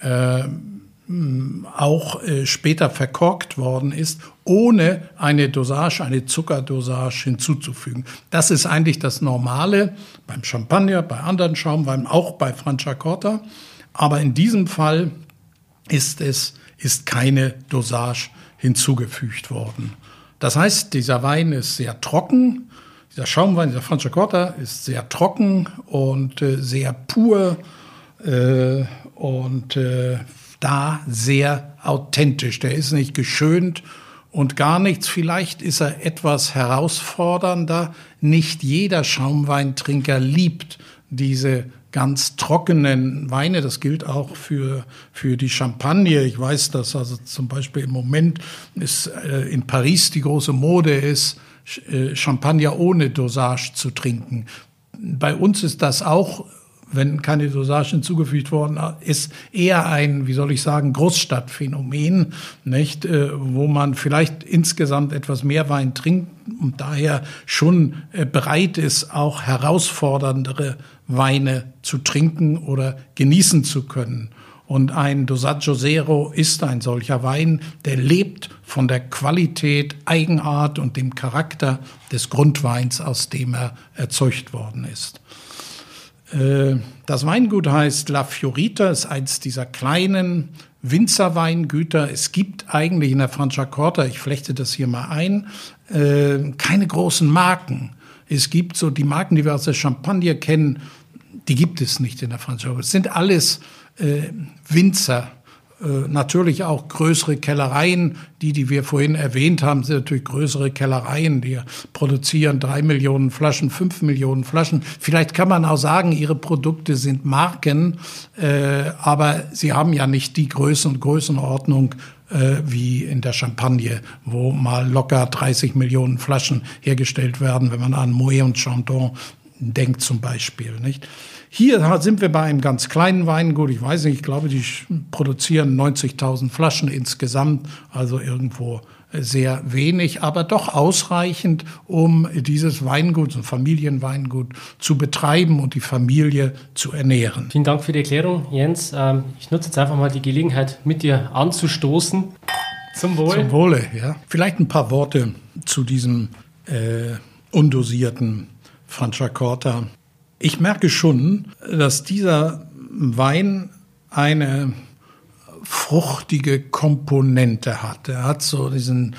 auch später verkorkt worden ist, ohne eine Dosage, eine Zuckerdosage hinzuzufügen. Das ist eigentlich das Normale beim Champagner, bei anderen Schaumweinen, auch bei Franciacorta. Aber in diesem Fall ist keine Dosage hinzugefügt worden. Das heißt, dieser Wein ist sehr trocken. Dieser Schaumwein, dieser Franciacorta, ist sehr trocken und sehr pur und da sehr authentisch. Der ist nicht geschönt und gar nichts. Vielleicht ist er etwas herausfordernder. Nicht jeder Schaumweintrinker liebt diese ganz trockenen Weine. Das gilt auch für die Champagne. Ich weiß, dass also zum Beispiel im Moment ist in Paris die große Mode ist, Champagner ohne Dosage zu trinken. Bei uns ist das auch, wenn keine Dosage hinzugefügt worden ist, eher ein, wie soll ich sagen, Großstadtphänomen, nicht, wo man vielleicht insgesamt etwas mehr Wein trinkt und daher schon bereit ist, auch herausforderndere Weine zu trinken oder genießen zu können. Und ein Dosaggio Zero ist ein solcher Wein, der lebt von der Qualität, Eigenart und dem Charakter des Grundweins, aus dem er erzeugt worden ist. Das Weingut heißt La Fiorita, ist eins dieser kleinen Winzerweingüter. Es gibt eigentlich in der Franciacorta, ich flechte das hier mal ein, keine großen Marken. Es gibt so die Marken, die wir aus der Champagne kennen, die gibt es nicht in der Franciacorta. Es sind alles Winzer. Natürlich auch größere Kellereien, die wir vorhin erwähnt haben, sind natürlich größere Kellereien, die produzieren 3 Millionen Flaschen, 5 Millionen Flaschen. Vielleicht kann man auch sagen, ihre Produkte sind Marken, aber sie haben ja nicht die Größe und Größenordnung wie in der Champagne, wo mal locker 30 Millionen Flaschen hergestellt werden, wenn man an Moët und Chandon denkt zum Beispiel, nicht? Hier sind wir bei einem ganz kleinen Weingut. Ich weiß nicht, ich glaube, die produzieren 90.000 Flaschen insgesamt, also irgendwo sehr wenig, aber doch ausreichend, um dieses Weingut, so ein Familienweingut, zu betreiben und die Familie zu ernähren. Vielen Dank für die Erklärung, Jens. Ich nutze jetzt einfach mal die Gelegenheit, mit dir anzustoßen. Zum Wohl. Zum Wohle, ja. Vielleicht ein paar Worte zu diesem undosierten Franciacorta. Ich merke schon, dass dieser Wein eine fruchtige Komponente hat. Er hat so diesen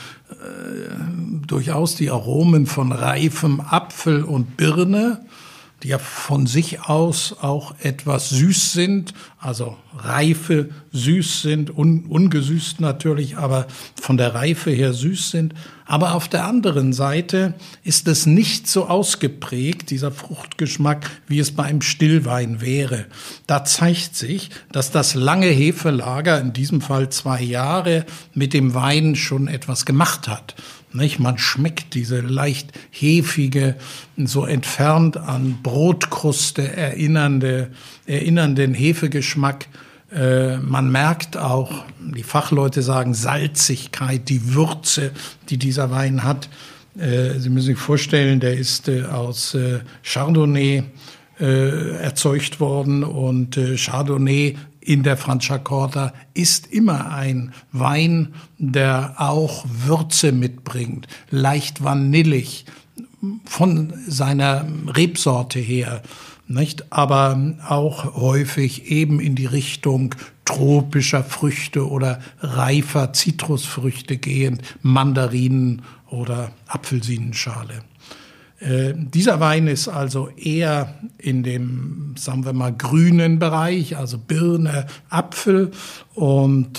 durchaus die Aromen von reifem Apfel und Birne, die ja von sich aus auch etwas süß sind, also Reife süß sind, ungesüßt natürlich, aber von der Reife her süß sind. Aber auf der anderen Seite ist es nicht so ausgeprägt, dieser Fruchtgeschmack, wie es bei einem Stillwein wäre. Da zeigt sich, dass das lange Hefelager, in diesem Fall 2 Jahre, mit dem Wein schon etwas gemacht hat. Nicht? Man schmeckt diese leicht hefige, so entfernt an Brotkruste erinnernden Hefegeschmack. Man merkt auch, die Fachleute sagen, Salzigkeit, die Würze, die dieser Wein hat. Sie müssen sich vorstellen, der ist aus Chardonnay erzeugt worden und Chardonnay in der Franciacorta ist immer ein Wein, der auch Würze mitbringt, leicht vanillig von seiner Rebsorte her, nicht? Aber auch häufig eben in die Richtung tropischer Früchte oder reifer Zitrusfrüchte gehend, Mandarinen oder Apfelsinenschale. Dieser Wein ist also eher in dem, sagen wir mal, grünen Bereich, also Birne, Apfel. Und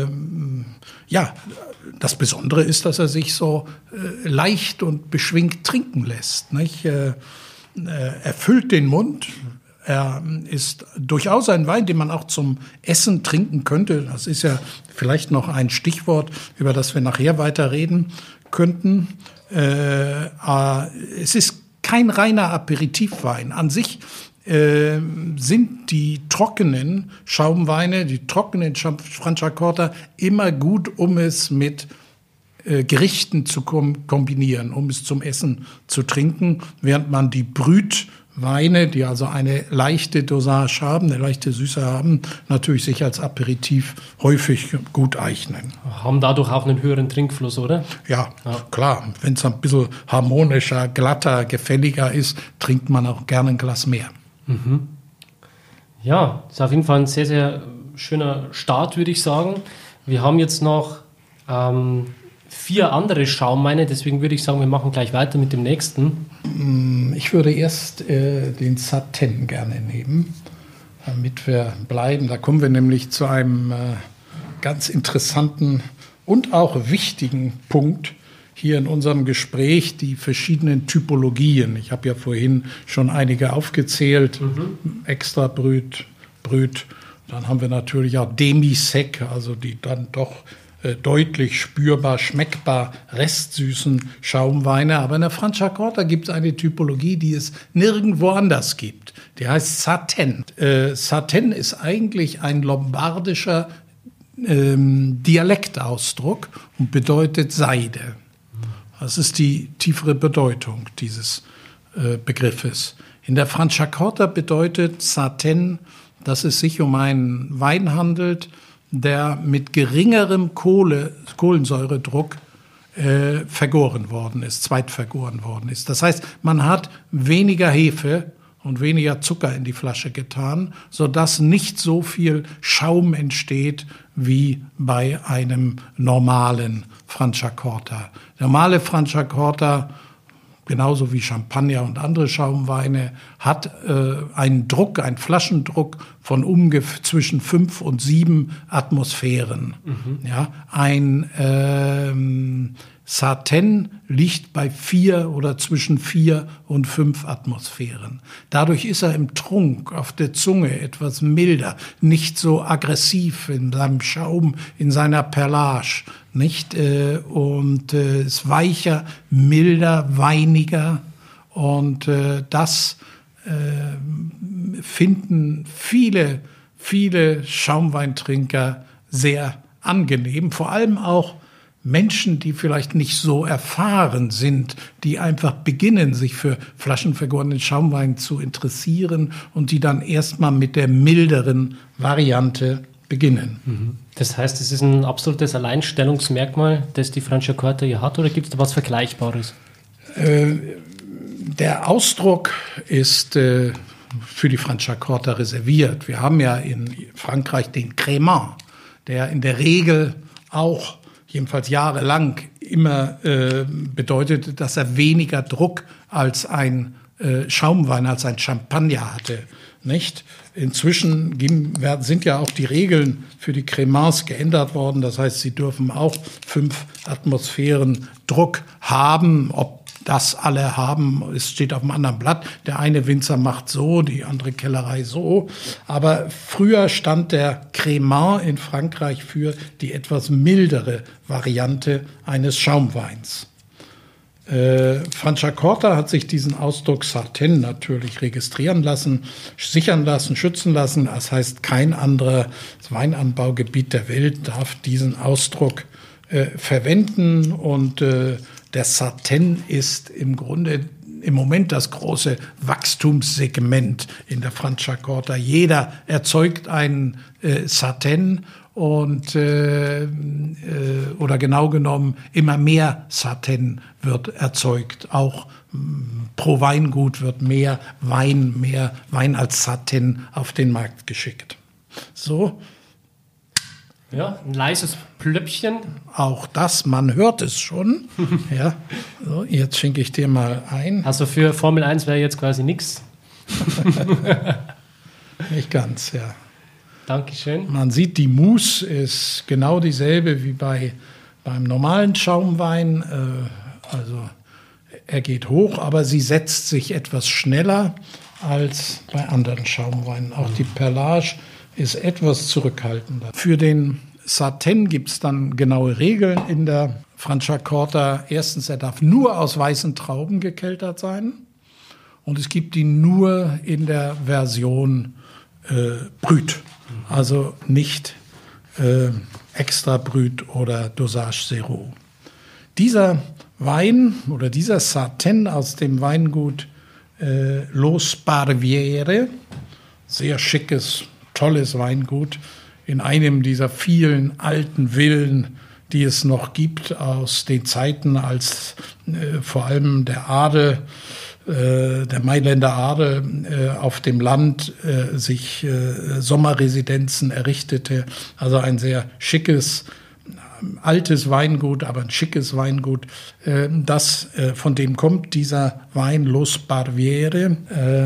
ja, das Besondere ist, dass er sich so leicht und beschwingt trinken lässt, nicht? Er füllt den Mund. Er ist durchaus ein Wein, den man auch zum Essen trinken könnte. Das ist ja vielleicht noch ein Stichwort, über das wir nachher weiter reden könnten. Es ist kein reiner Aperitivwein. An sich sind die trockenen Schaumweine, die trockenen Franciacorta immer gut, um es mit Gerichten zu kombinieren, um es zum Essen zu trinken, während man die Brütweine, die also eine leichte Dosage haben, eine leichte Süße haben, natürlich sich als Aperitif häufig gut eignen. Haben dadurch auch einen höheren Trinkfluss, oder? Ja, klar. Wenn es ein bisschen harmonischer, glatter, gefälliger ist, trinkt man auch gerne ein Glas mehr. Mhm. Ja, das ist auf jeden Fall ein sehr, sehr schöner Start, würde ich sagen. Wir haben jetzt noch 4 andere Schaumweine, deswegen würde ich sagen, wir machen gleich weiter mit dem nächsten. Ich würde erst den Sartène gerne nehmen. damit wir bleiben. Da kommen wir nämlich zu einem ganz interessanten und auch wichtigen Punkt hier in unserem Gespräch, die verschiedenen Typologien. Ich habe ja vorhin schon einige aufgezählt, Extrabrüt, Brüt. Dann haben wir natürlich auch Demi-Sec, also die dann doch deutlich spürbar, schmeckbar restsüßen Schaumweine. Aber in der Franciacorta gibt es eine Typologie, die es nirgendwo anders gibt. Die heißt Sartène. Sartène ist eigentlich ein lombardischer Dialektausdruck und bedeutet Seide. Das ist die tiefere Bedeutung dieses Begriffes. In der Franciacorta bedeutet Sartène, dass es sich um einen Wein handelt, der mit geringerem Kohlensäuredruck vergoren worden ist, zweitvergoren worden ist. Das heißt, man hat weniger Hefe und weniger Zucker in die Flasche getan, sodass nicht so viel Schaum entsteht wie bei einem normalen Franciacorta. Normale Franciacorta, genauso wie Champagner und andere Schaumweine, hat einen Druck, einen Flaschendruck von ungefähr zwischen 5 und 7 Atmosphären. Ja, ein Sartène liegt bei 4 oder zwischen 4 und 5 Atmosphären. Dadurch ist er im Trunk, auf der Zunge etwas milder, nicht so aggressiv in seinem Schaum, in seiner Perlage, nicht? Und ist weicher, milder, weiniger. Und das finden viele Schaumweintrinker sehr angenehm, vor allem auch Menschen, die vielleicht nicht so erfahren sind, die einfach beginnen, sich für flaschenvergorenen Schaumwein zu interessieren und die dann erstmal mit der milderen Variante beginnen. Das heißt, es ist ein absolutes Alleinstellungsmerkmal, das die Franciacorta hier hat, oder gibt es da was Vergleichbares? Der Ausdruck ist für die Franciacorta reserviert. Wir haben ja in Frankreich den Crémant, der in der Regel auch jedenfalls jahrelang immer bedeutet, dass er weniger Druck als ein Schaumwein, als ein Champagner hatte. Nicht? Inzwischen sind ja auch die Regeln für die Crémants geändert worden. Das heißt, sie dürfen auch 5 Atmosphären Druck haben. Ob das alle haben, es steht auf einem anderen Blatt. Der eine Winzer macht so, die andere Kellerei so. Aber früher stand der Crémant in Frankreich für die etwas mildere Variante eines Schaumweins. Franciacorta hat sich diesen Ausdruck Sartène natürlich registrieren lassen, sichern lassen, schützen lassen. Das heißt, kein anderes Weinanbaugebiet der Welt darf diesen Ausdruck verwenden. Und der Sartène ist im Grunde im Moment das große Wachstumssegment in der Franciacorta. Jeder erzeugt einen Sartène und oder genau genommen immer mehr Sartène wird erzeugt. Auch pro Weingut wird mehr Wein als Sartène auf den Markt geschickt. So. Ja, ein leises Plöppchen. Auch das, man hört es schon. Ja, so, jetzt schenke ich dir mal ein. Also für Formel 1 wäre jetzt quasi nichts. Nicht ganz, ja. Dankeschön. Man sieht, die Mousse ist genau dieselbe wie beim normalen Schaumwein. Also er geht hoch, aber sie setzt sich etwas schneller als bei anderen Schaumweinen. Auch die Perlage ist etwas zurückhaltender. Für den Sartène gibt es dann genaue Regeln in der Franciacorta. Erstens, er darf nur aus weißen Trauben gekeltert sein. Und es gibt ihn nur in der Version Brut. Also nicht Extrabrut oder Dosage Zero. Dieser Wein oder dieser Sartène aus dem Weingut Lo Sparviere, sehr schickes, tolles Weingut, in einem dieser vielen alten Villen, die es noch gibt, aus den Zeiten, als vor allem der Adel, der Mailänder Adel auf dem Land sich Sommerresidenzen errichtete. Also ein sehr schickes, altes Weingut, aber ein schickes Weingut. Von dem kommt dieser Wein Lo Sparviere.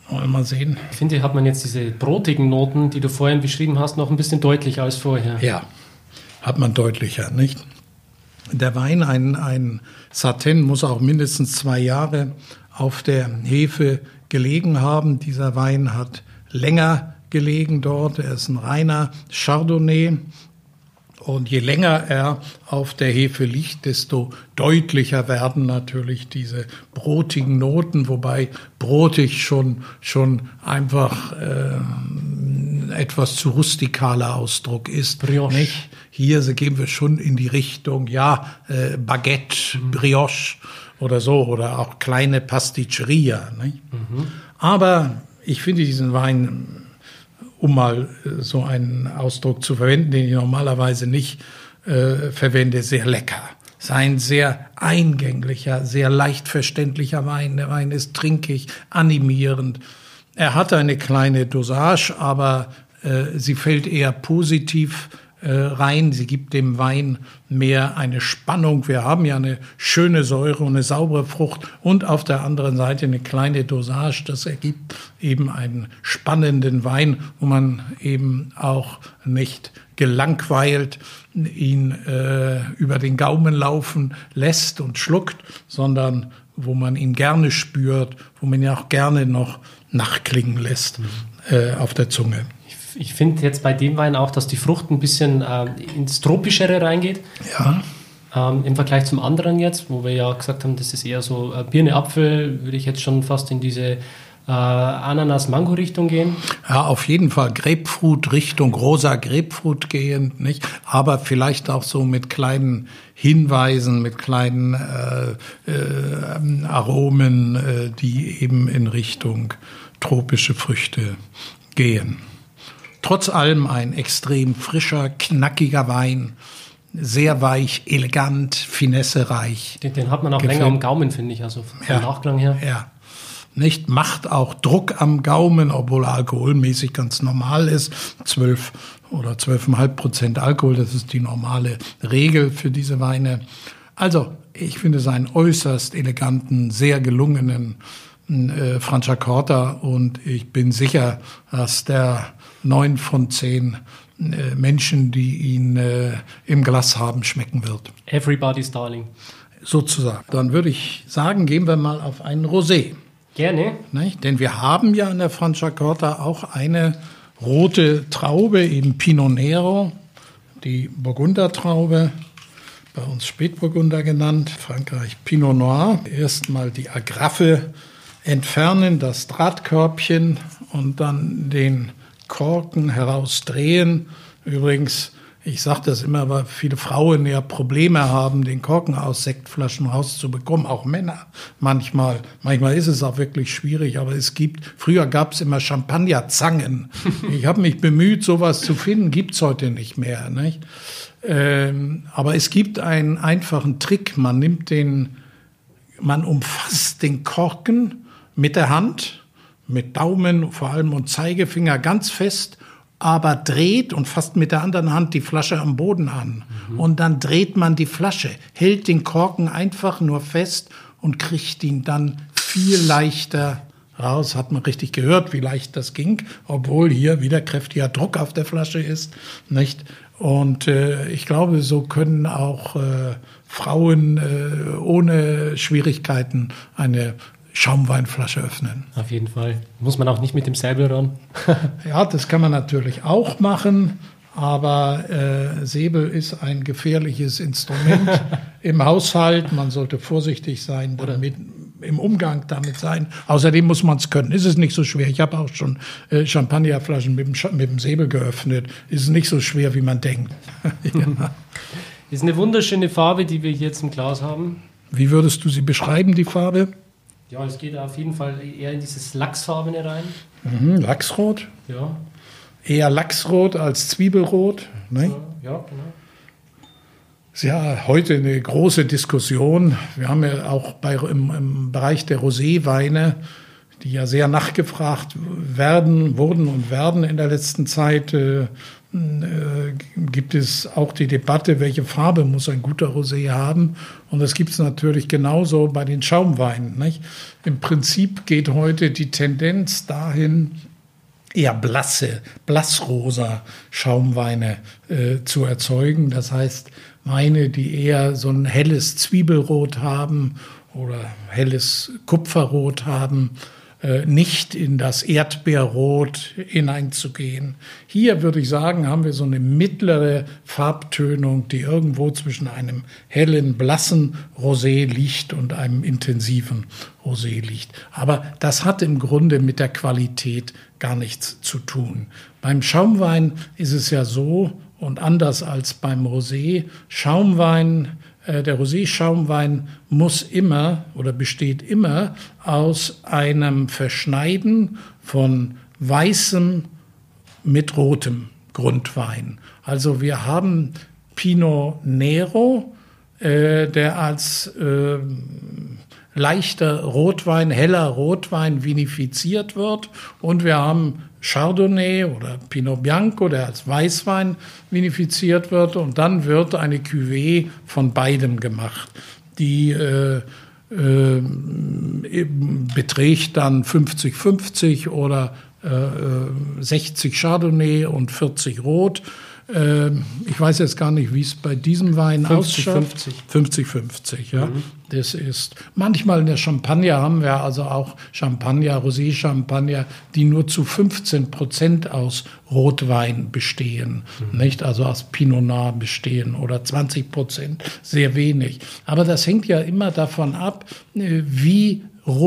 Wollen wir mal sehen. Ich finde, hier hat man jetzt diese brotigen Noten, die du vorhin beschrieben hast, noch ein bisschen deutlicher als vorher. Ja, hat man deutlicher, nicht? Der Wein, ein Sartène, muss auch mindestens 2 Jahre auf der Hefe gelegen haben. Dieser Wein hat länger gelegen dort. Er ist ein reiner Chardonnay. Und je länger er auf der Hefe liegt, desto deutlicher werden natürlich diese brotigen Noten, wobei brotig schon einfach etwas zu rustikaler Ausdruck ist. Brioche. Nicht? Hier gehen wir schon in die Richtung, Baguette, Brioche oder so, oder auch kleine Pasticceria. Nicht? Aber ich finde diesen Wein, um mal so einen Ausdruck zu verwenden, den ich normalerweise nicht verwende, sehr lecker. Es ist ein sehr eingänglicher, sehr leicht verständlicher Wein. Der Wein ist trinkig, animierend. Er hat eine kleine Dosage, aber sie fällt eher positiv rein. Sie gibt dem Wein mehr eine Spannung. Wir haben ja eine schöne Säure und eine saubere Frucht und auf der anderen Seite eine kleine Dosage. Das ergibt eben einen spannenden Wein, wo man eben auch nicht gelangweilt ihn über den Gaumen laufen lässt und schluckt, sondern wo man ihn gerne spürt, wo man ihn auch gerne noch nachklingen lässt auf der Zunge. Ich finde jetzt bei dem Wein auch, dass die Frucht ein bisschen ins Tropischere reingeht. Ja. Im Vergleich zum anderen jetzt, wo wir ja gesagt haben, das ist eher so Birne, Apfel, würde ich jetzt schon fast in diese Ananas-Mango-Richtung gehen. Ja, auf jeden Fall Grapefruit, Richtung rosa Grapefruit gehend, nicht? Aber vielleicht auch so mit kleinen Hinweisen, mit kleinen Aromen, die eben in Richtung tropische Früchte gehen. Trotz allem ein extrem frischer, knackiger Wein, sehr weich, elegant, finessereich. Den hat man auch länger am Gaumen, finde ich, also vom Nachklang her. Ja, nicht, macht auch Druck am Gaumen, obwohl er alkoholmäßig ganz normal ist. 12 oder 12,5% Alkohol, das ist die normale Regel für diese Weine. Also, ich finde es einen äußerst eleganten, sehr gelungenen Franciacorta und ich bin sicher, dass der 9 von 10 Menschen, die ihn im Glas haben, schmecken wird. Everybody's Darling. Sozusagen. Dann würde ich sagen, gehen wir mal auf einen Rosé. Gerne. Nicht? Denn wir haben ja in der Franciacorta auch eine rote Traube, eben Pinot Nero, die Burgundertraube, bei uns Spätburgunder genannt, Frankreich Pinot Noir. Erstmal die Agraffe entfernen, das Drahtkörbchen und dann den Korken herausdrehen. Übrigens, ich sage das immer, weil viele Frauen ja Probleme haben, den Korken aus Sektflaschen rauszubekommen, auch Männer manchmal. Manchmal ist es auch wirklich schwierig, aber früher gab es immer Champagnerzangen. Ich habe mich bemüht, sowas zu finden, gibt's heute nicht mehr. Nicht? Aber es gibt einen einfachen Trick. Man umfasst den Korken mit der Hand, mit Daumen vor allem und Zeigefinger ganz fest, aber dreht und fasst mit der anderen Hand die Flasche am Boden an. Und dann dreht man die Flasche, hält den Korken einfach nur fest und kriegt ihn dann viel leichter raus. Hat man richtig gehört, wie leicht das ging, obwohl hier wieder kräftiger Druck auf der Flasche ist, nicht? Und ich glaube, so können auch Frauen ohne Schwierigkeiten eine Schaumweinflasche öffnen. Auf jeden Fall. Muss man auch nicht mit dem Säbel ran. Ja, das kann man natürlich auch machen, aber Säbel ist ein gefährliches Instrument im Haushalt. Man sollte vorsichtig sein, im Umgang damit sein. Außerdem muss man es können. Ist es nicht so schwer. Ich habe auch schon Champagnerflaschen mit dem Säbel geöffnet. Ist nicht so schwer, wie man denkt. Ja. Ist eine wunderschöne Farbe, die wir hier jetzt im Glas haben. Wie würdest du sie beschreiben, die Farbe? Ja, es geht auf jeden Fall eher in dieses Lachsfarbene rein. Lachsrot? Ja. Eher Lachsrot als Zwiebelrot. Ne? Ja, genau. Ist ja heute eine große Diskussion. Wir haben ja auch im Bereich der Roséweine, die ja sehr nachgefragt wurden und werden in der letzten Zeit, gibt es auch die Debatte, welche Farbe muss ein guter Rosé haben. Und das gibt es natürlich genauso bei den Schaumweinen, nicht? Im Prinzip geht heute die Tendenz dahin, eher blassrosa Schaumweine zu erzeugen. Das heißt, Weine, die eher so ein helles Zwiebelrot haben oder helles Kupferrot haben, nicht in das Erdbeerrot hineinzugehen. Hier würde ich sagen, haben wir so eine mittlere Farbtönung, die irgendwo zwischen einem hellen, blassen Rosé liegt und einem intensiven Rosé liegt. Aber das hat im Grunde mit der Qualität gar nichts zu tun. Beim Schaumwein ist es ja so, und anders als beim Rosé, der Rosé-Schaumwein muss immer oder besteht immer aus einem Verschneiden von weißem mit rotem Grundwein. Also wir haben Pinot Nero, der als leichter Rotwein, heller Rotwein vinifiziert wird. Und wir haben Chardonnay oder Pinot Bianco, der als Weißwein vinifiziert wird. Und dann wird eine Cuvée von beidem gemacht. Die beträgt dann 50-50 oder 60 Chardonnay und 40 Rot. Ich weiß jetzt gar nicht, wie es bei diesem Wein ausschaut. 50-50, ja. Das ist manchmal in der Champagner haben wir also auch Champagner, Rosé-Champagner, die nur zu 15% aus Rotwein bestehen, nicht? Also aus Pinot Noir bestehen oder 20%, sehr wenig. Aber das hängt ja immer davon ab, wie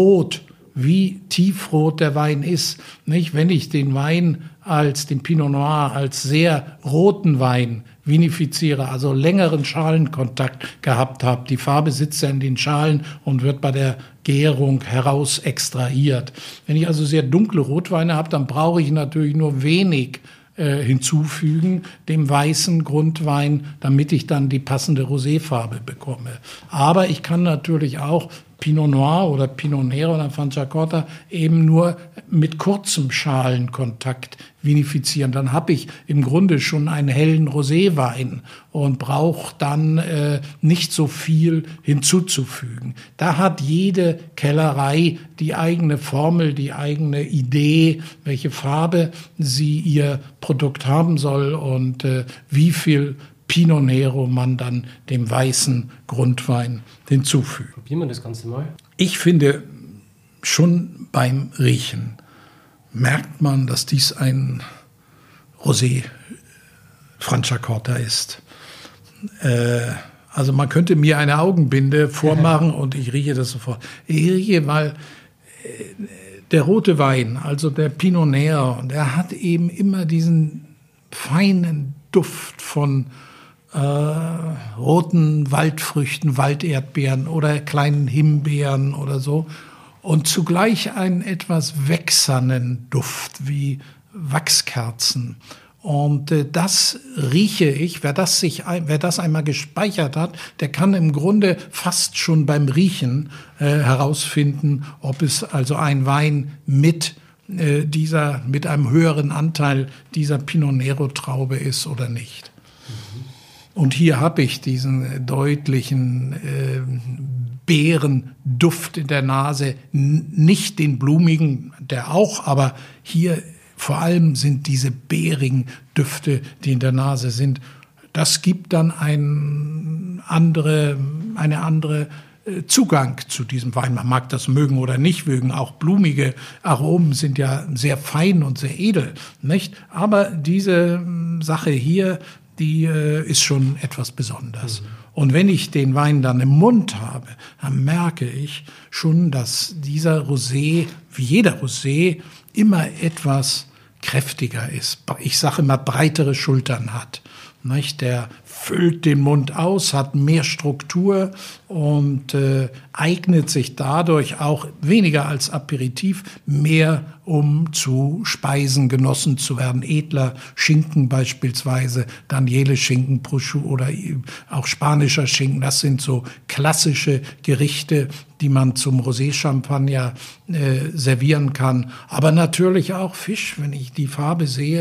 tiefrot der Wein ist, nicht? Wenn ich den Wein den Pinot Noir als sehr roten Wein vinifiziere, also längeren Schalenkontakt gehabt habe, die Farbe sitzt ja in den Schalen und wird bei der Gärung heraus extrahiert. Wenn ich also sehr dunkle Rotweine habe, dann brauche ich natürlich nur wenig hinzufügen, dem weißen Grundwein, damit ich dann die passende Roséfarbe bekomme. Aber ich kann natürlich auch Pinot Noir oder Pinot Nero oder Franciacorta eben nur mit kurzem Schalenkontakt vinifizieren. Dann habe ich im Grunde schon einen hellen Roséwein und brauche dann nicht so viel hinzuzufügen. Da hat jede Kellerei die eigene Formel, die eigene Idee, welche Farbe sie ihr Produkt haben soll und wie viel Pinot Nero man dann dem weißen Grundwein hinzufügt. Probieren wir das Ganze mal. Ich finde, schon beim Riechen merkt man, dass dies ein Rosé Franciacorta ist. Also man könnte mir eine Augenbinde vormachen und ich rieche das sofort. Ich rieche, weil der rote Wein, also der Pinot Noir, der hat eben immer diesen feinen Duft von roten Waldfrüchten, Walderdbeeren oder kleinen Himbeeren oder so und zugleich einen etwas wächsernen Duft wie Wachskerzen. Und das rieche ich, wer das einmal gespeichert hat, der kann im Grunde fast schon beim Riechen herausfinden, ob es also ein Wein mit einem höheren Anteil dieser Pinot Nero Traube ist oder nicht. Und hier habe ich diesen deutlichen Beerenduft in der Nase, nicht den blumigen, der auch, aber hier vor allem sind diese beerigen Düfte, die in der Nase sind. Das gibt dann eine andere Zugang zu diesem Wein. Man mag das mögen oder nicht mögen. Auch blumige Aromen sind ja sehr fein und sehr edel, nicht? Aber diese Sache hier, die ist schon etwas Besonderes. Und wenn ich den Wein dann im Mund habe, dann merke ich schon, dass dieser Rosé, wie jeder Rosé, immer etwas kräftiger ist. Ich sage immer, breitere Schultern hat. Nicht? Der füllt den Mund aus, hat mehr Struktur und eignet sich dadurch auch weniger als Aperitif, mehr um zu Speisen genossen zu werden. Edler Schinken beispielsweise, Daniele-Schinken, Prosciutto oder auch spanischer Schinken, das sind so klassische Gerichte, die man zum Rosé-Champagner servieren kann. Aber natürlich auch Fisch, wenn ich die Farbe sehe,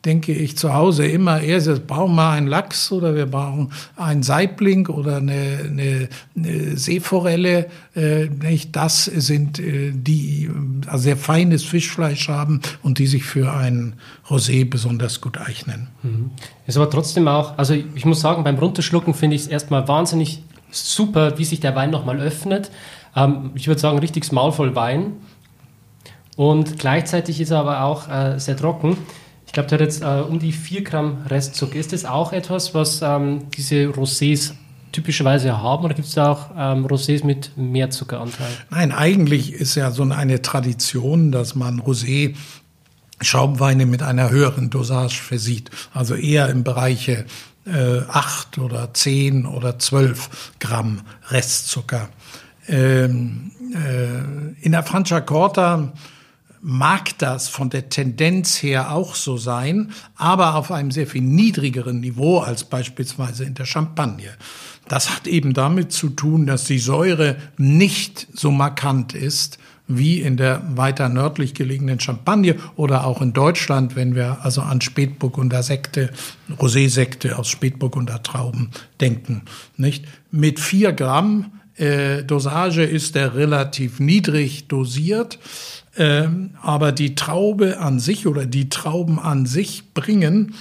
denke ich zu Hause immer eher, wir brauchen mal einen Lachs oder wir brauchen einen Saibling oder eine Seeforelle. Nicht? Das sind die also sehr feines Fischfleisch haben und die sich für ein Rosé besonders gut eignen. Ist aber trotzdem auch, also ich muss sagen, beim Runterschlucken finde ich es erstmal wahnsinnig super, wie sich der Wein nochmal öffnet. Ich würde sagen, richtiges Maul voll Wein. Und gleichzeitig ist er aber auch sehr trocken. Ich glaube, der hat jetzt um die 4 Gramm Restzucker. Ist das auch etwas, was diese Rosés typischerweise haben? Oder gibt es da auch Rosés mit mehr Zuckeranteil? Nein, eigentlich ist ja so eine Tradition, dass man Rosé Schaumweine mit einer höheren Dosage versieht. Also eher im Bereiche 8 oder 10 oder 12 Gramm Restzucker. In der Franciacorta mag das von der Tendenz her auch so sein, aber auf einem sehr viel niedrigeren Niveau als beispielsweise in der Champagne. Das hat eben damit zu tun, dass die Säure nicht so markant ist wie in der weiter nördlich gelegenen Champagne oder auch in Deutschland, wenn wir also an Spätburgunder Sekte, Rosé-Sekte aus Spätburgunder Trauben denken. Nicht? Mit 4 Gramm Dosage ist er relativ niedrig dosiert, aber die Traube an sich oder die Trauben an sich bringen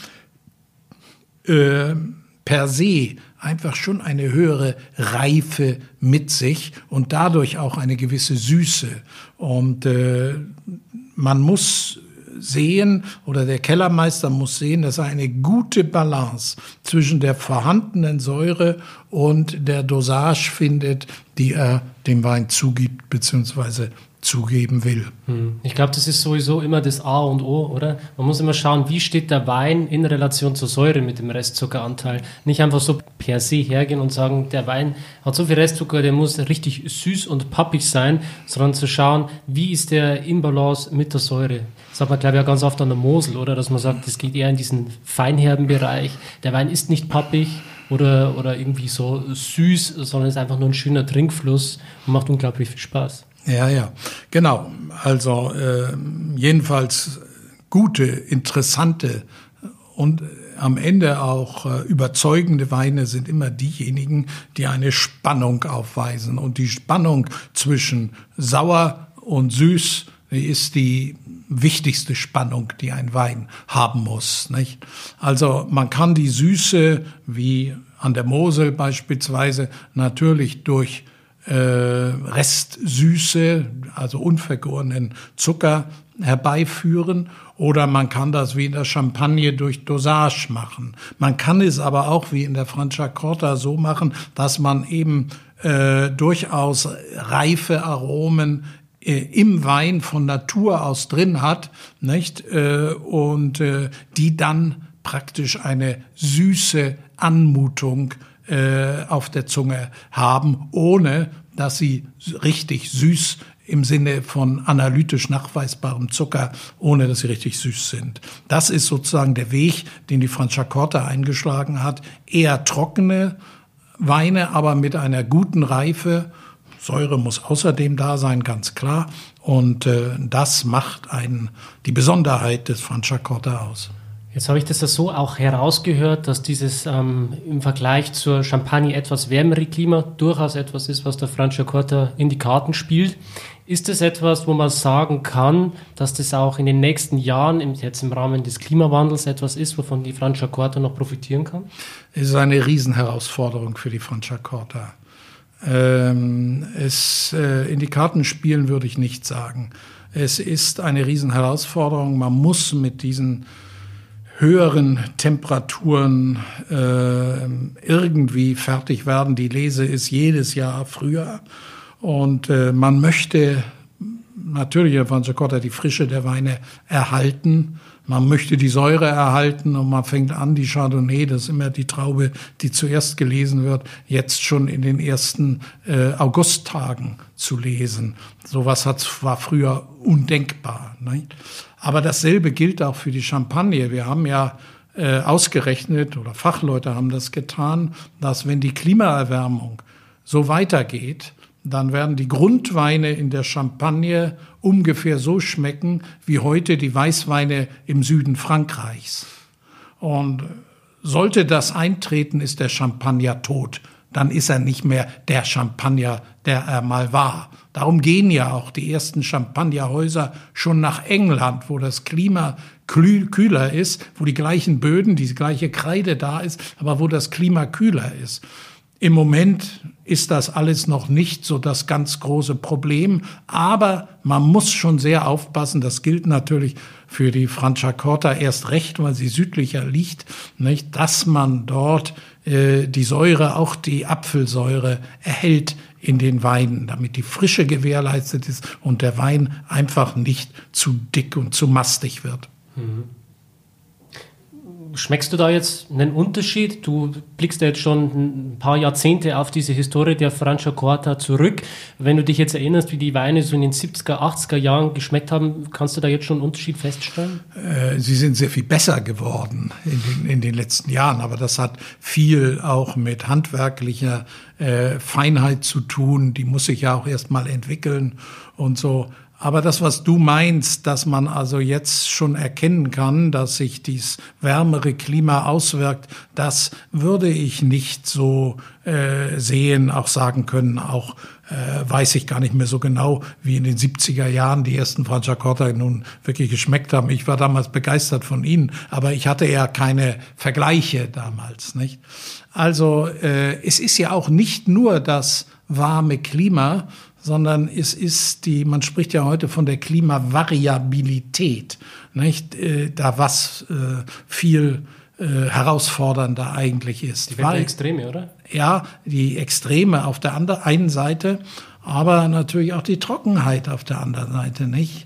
per se einfach schon eine höhere Reife mit sich und dadurch auch eine gewisse Süße. Und man muss sehen, oder der Kellermeister muss sehen, dass er eine gute Balance zwischen der vorhandenen Säure und der Dosage findet, die er dem Wein zugibt bzw. zugeben will. Ich glaube, das ist sowieso immer das A und O, oder? Man muss immer schauen, wie steht der Wein in Relation zur Säure mit dem Restzuckeranteil. Nicht einfach so per se hergehen und sagen, der Wein hat so viel Restzucker, der muss richtig süß und pappig sein, sondern zu schauen, wie ist der in Balance mit der Säure. Das hat man, glaube ich, auch ganz oft an der Mosel, oder? Dass man sagt, das geht eher in diesen feinherben Bereich. Der Wein ist nicht pappig oder irgendwie so süß, sondern ist einfach nur ein schöner Trinkfluss und macht unglaublich viel Spaß. Ja, genau. Also jedenfalls gute, interessante und am Ende auch überzeugende Weine sind immer diejenigen, die eine Spannung aufweisen. Und die Spannung zwischen sauer und süß ist die wichtigste Spannung, die ein Wein haben muss, nicht? Also man kann die Süße, wie an der Mosel beispielsweise, natürlich durch Restsüße, also unvergorenen Zucker herbeiführen, oder man kann das wie in der Champagne durch Dosage machen. Man kann es aber auch wie in der Franciacorta so machen, dass man eben durchaus reife Aromen im Wein von Natur aus drin hat, nicht? Und die dann praktisch eine süße Anmutung auf der Zunge haben, ohne dass sie richtig süß im Sinne von analytisch nachweisbarem Zucker, ohne dass sie richtig süß sind. Das ist sozusagen der Weg, den die Franciacorta eingeschlagen hat. Eher trockene Weine, aber mit einer guten Reife. Säure muss außerdem da sein, ganz klar. Und das macht die Besonderheit des Franciacorta aus. Jetzt habe ich das ja so auch herausgehört, dass dieses im Vergleich zur Champagne etwas wärmere Klima durchaus etwas ist, was der Franciacorta in die Karten spielt. Ist das etwas, wo man sagen kann, dass das auch in den nächsten Jahren, jetzt im Rahmen des Klimawandels, etwas ist, wovon die Franciacorta noch profitieren kann? Es ist eine Riesenherausforderung für die Franciacorta. In die Karten spielen würde ich nicht sagen. Es ist eine Riesenherausforderung. Man muss mit diesen höheren Temperaturen irgendwie fertig werden. Die Lese ist jedes Jahr früher. Und man möchte natürlich in der Franciacorta die Frische der Weine erhalten. Man möchte die Säure erhalten und man fängt an, die Chardonnay, das ist immer die Traube, die zuerst gelesen wird, jetzt schon in den ersten Augusttagen zu lesen. Sowas war früher undenkbar, ne? Aber dasselbe gilt auch für die Champagne. Wir haben ja ausgerechnet, oder Fachleute haben das getan, dass wenn die Klimaerwärmung so weitergeht, dann werden die Grundweine in der Champagne ungefähr so schmecken wie heute die Weißweine im Süden Frankreichs. Und sollte das eintreten, ist der Champagner tot. Dann ist er nicht mehr der Champagner, der er mal war. Darum gehen ja auch die ersten Champagnerhäuser schon nach England, wo das Klima kühler ist, wo die gleichen Böden, die gleiche Kreide da ist, aber wo das Klima kühler ist. Im Moment ist das alles noch nicht so das ganz große Problem, aber man muss schon sehr aufpassen. Das gilt natürlich für die Franciacorta erst recht, weil sie südlicher liegt, nicht, dass man dort die Säure, auch die Apfelsäure, erhält in den Weinen, damit die Frische gewährleistet ist und der Wein einfach nicht zu dick und zu mastig wird. Mhm. Schmeckst du da jetzt einen Unterschied? Du blickst ja jetzt schon ein paar Jahrzehnte auf diese Historie der Franciacorta zurück. Wenn du dich jetzt erinnerst, wie die Weine so in den 70er, 80er Jahren geschmeckt haben, kannst du da jetzt schon einen Unterschied feststellen? Sie sind sehr viel besser geworden in den letzten Jahren, aber das hat viel auch mit handwerklicher Feinheit zu tun. Die muss sich ja auch erst mal entwickeln und so. Aber das, was du meinst, dass man also jetzt schon erkennen kann, dass sich dieses wärmere Klima auswirkt, das würde ich nicht so sehen, auch sagen können, auch weiß ich gar nicht mehr so genau, wie in den 70er Jahren die ersten Franciacorta nun wirklich geschmeckt haben. Ich war damals begeistert von ihnen, aber ich hatte ja keine Vergleiche damals, nicht? Also es ist ja auch nicht nur das warme Klima, sondern es ist man spricht ja heute von der Klimavariabilität, nicht? Da was viel herausfordernder eigentlich ist. Die Wetterextreme, oder? Ja, die Extreme auf der einen Seite, aber natürlich auch die Trockenheit auf der anderen Seite, nicht?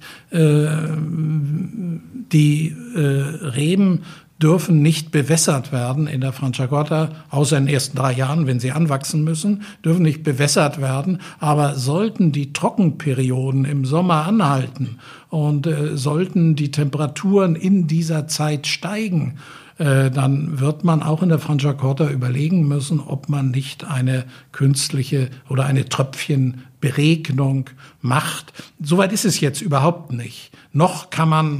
Die Reben dürfen nicht bewässert werden in der Franciacorta, außer in den ersten 3 Jahren, wenn sie anwachsen müssen, dürfen nicht bewässert werden. Aber sollten die Trockenperioden im Sommer anhalten und sollten die Temperaturen in dieser Zeit steigen, dann wird man auch in der Franciacorta überlegen müssen, ob man nicht eine künstliche oder eine Tröpfchenberegnung macht. Soweit ist es jetzt überhaupt nicht. Noch kann man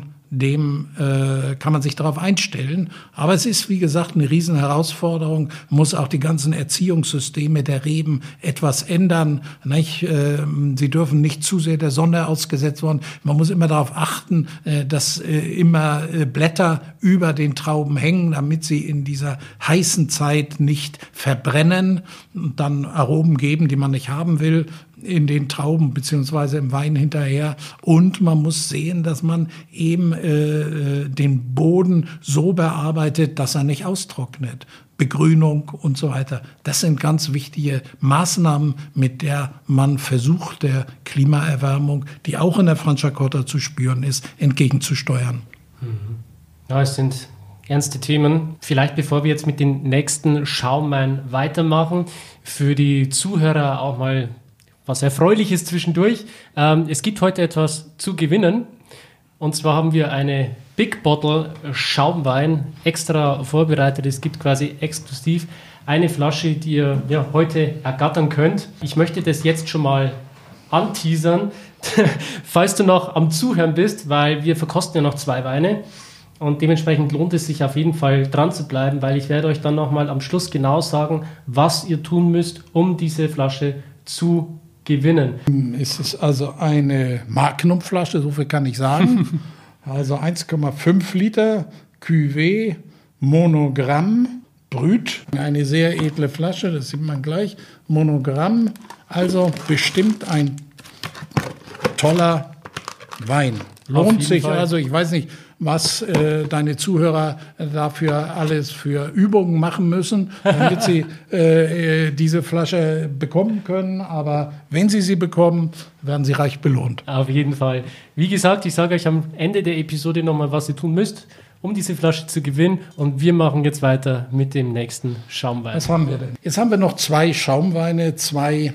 sich darauf einstellen. Aber es ist, wie gesagt, eine Riesenherausforderung. Man muss auch die ganzen Erziehungssysteme der Reben etwas ändern, nicht? Sie dürfen nicht zu sehr der Sonne ausgesetzt werden. Man muss immer darauf achten, dass immer Blätter über den Trauben hängen, damit sie in dieser heißen Zeit nicht verbrennen und dann Aromen geben, die man nicht haben will, in den Trauben beziehungsweise im Wein hinterher. Und man muss sehen, dass man eben den Boden so bearbeitet, dass er nicht austrocknet. Begrünung und so weiter. Das sind ganz wichtige Maßnahmen, mit der man versucht, der Klimaerwärmung, die auch in der Franciacorta zu spüren ist, entgegenzusteuern. Ja, es sind ernste Themen. Vielleicht bevor wir jetzt mit den nächsten Schaumwein weitermachen, für die Zuhörer auch mal was Erfreuliches zwischendurch. Es gibt heute etwas zu gewinnen. Und zwar haben wir eine Big Bottle Schaumwein extra vorbereitet. Es gibt quasi exklusiv eine Flasche, die ihr heute ergattern könnt. Ich möchte das jetzt schon mal anteasern, falls du noch am Zuhören bist, weil wir verkosten ja noch 2 Weine. Und dementsprechend lohnt es sich auf jeden Fall dran zu bleiben, weil ich werde euch dann nochmal am Schluss genau sagen, was ihr tun müsst, um diese Flasche zu gewinnen. Es ist also eine Magnumflasche, so viel kann ich sagen. Also 1,5 Liter Cuvée Monogramm Brut. Eine sehr edle Flasche, das sieht man gleich. Monogramm, also bestimmt ein toller Wein. Lohnt sich Fall. Also, ich weiß nicht, was deine Zuhörer dafür alles für Übungen machen müssen, damit sie diese Flasche bekommen können. Aber wenn sie bekommen, werden sie reich belohnt. Auf jeden Fall. Wie gesagt, ich sage euch am Ende der Episode nochmal, was ihr tun müsst, um diese Flasche zu gewinnen. Und wir machen jetzt weiter mit dem nächsten Schaumwein. Was haben wir denn? Jetzt haben wir noch 2 Schaumweine, 2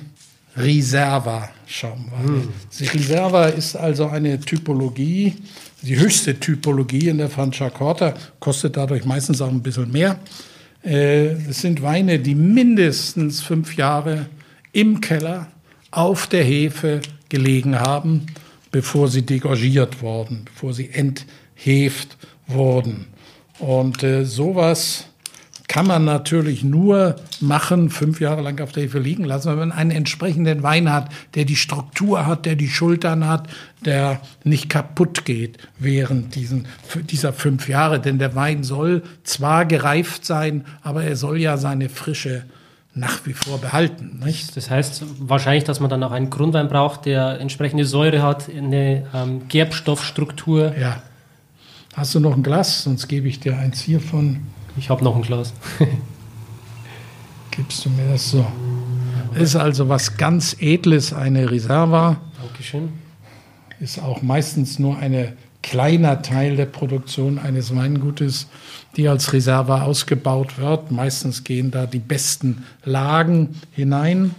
Riserva-Schaumweine. Die Riserva ist also eine Typologie, die höchste Typologie in der Franciacorta, kostet dadurch meistens auch ein bisschen mehr. Es sind Weine, die mindestens 5 Jahre im Keller auf der Hefe gelegen haben, bevor sie degorgiert wurden, bevor sie entheft wurden. Und sowas kann man natürlich nur machen, 5 Jahre lang auf der Hefe liegen lassen, wenn man einen entsprechenden Wein hat, der die Struktur hat, der die Schultern hat, der nicht kaputt geht während dieser 5 Jahre. Denn der Wein soll zwar gereift sein, aber er soll ja seine Frische nach wie vor behalten. Nicht? Das heißt wahrscheinlich, dass man dann auch einen Grundwein braucht, der entsprechende Säure hat, eine Gerbstoffstruktur. Ja. Hast du noch ein Glas? Sonst gebe ich dir eins hiervon. Ich habe noch ein Glas. Gibst du mir das so? Ist also was ganz Edles, eine Reserva. Dankeschön. Ist auch meistens nur ein kleiner Teil der Produktion eines Weingutes, die als Reserva ausgebaut wird. Meistens gehen da die besten Lagen hinein.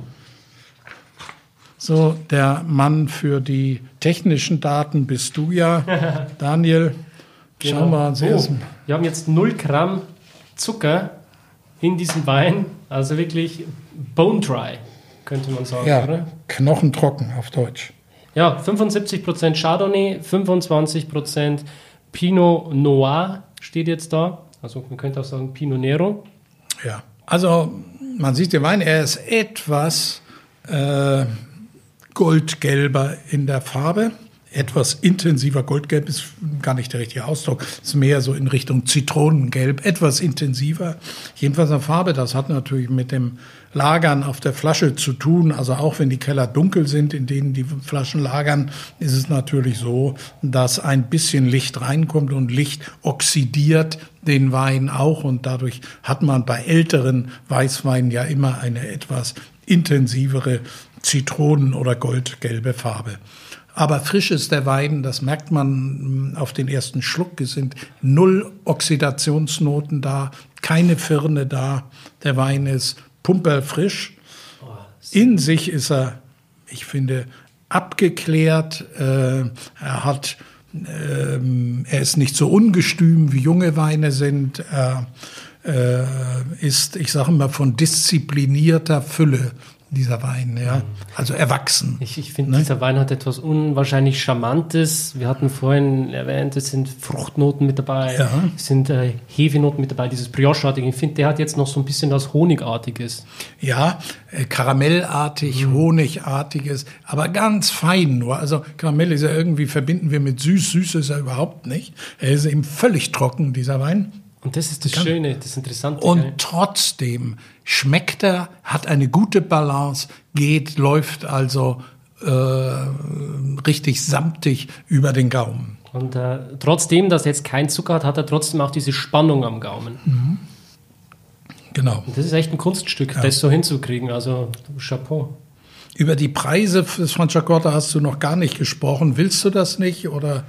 So, der Mann für die technischen Daten bist du ja, Daniel. Schauen wir uns erst mal. Wir haben jetzt 0 Gramm Zucker in diesem Wein, also wirklich bone dry, könnte man sagen, ja, oder? knochentrocken auf Deutsch. Ja, 75% Chardonnay, 25% Pinot Noir steht jetzt da. Also man könnte auch sagen Pinot Nero. Ja, also man sieht den Wein, er ist etwas goldgelber in der Farbe. Etwas intensiver, goldgelb ist gar nicht der richtige Ausdruck, ist mehr so in Richtung Zitronengelb, etwas intensiver. Jedenfalls eine Farbe, das hat natürlich mit dem Lagern auf der Flasche zu tun. Also auch wenn die Keller dunkel sind, in denen die Flaschen lagern, ist es natürlich so, dass ein bisschen Licht reinkommt und Licht oxidiert den Wein auch. Und dadurch hat man bei älteren Weißweinen ja immer eine etwas intensivere Zitronen- oder goldgelbe Farbe. Aber frisch ist der Wein, das merkt man auf den ersten Schluck. Es sind 0 Oxidationsnoten da, keine Firne da. Der Wein ist pumperfrisch. In sich ist er, ich finde, abgeklärt. Er ist nicht so ungestüm, wie junge Weine sind. Er ist, ich sage immer, von disziplinierter Fülle. Dieser Wein, ja, also erwachsen. Ich finde, dieser Wein hat etwas unwahrscheinlich Charmantes. Wir hatten vorhin erwähnt, es sind Fruchtnoten mit dabei, es sind Hefenoten mit dabei, dieses Brioche-artige. Ich finde, der hat jetzt noch so ein bisschen was Honigartiges. Ja, karamellartig, honigartiges, aber ganz fein nur. Also Karamell ist ja irgendwie, verbinden wir mit süß. Süß ist er überhaupt nicht. Er ist eben völlig trocken, dieser Wein. Und das ist das Schöne, das Interessante. Und trotzdem schmeckt er, hat eine gute Balance, läuft also richtig samtig über den Gaumen. Und trotzdem, dass er jetzt kein Zucker hat, hat er trotzdem auch diese Spannung am Gaumen. Mhm. Genau. Und das ist echt ein Kunststück, das so hinzukriegen. Also Chapeau. Über die Preise des Franciacorta hast du noch gar nicht gesprochen. Willst du das nicht? Oder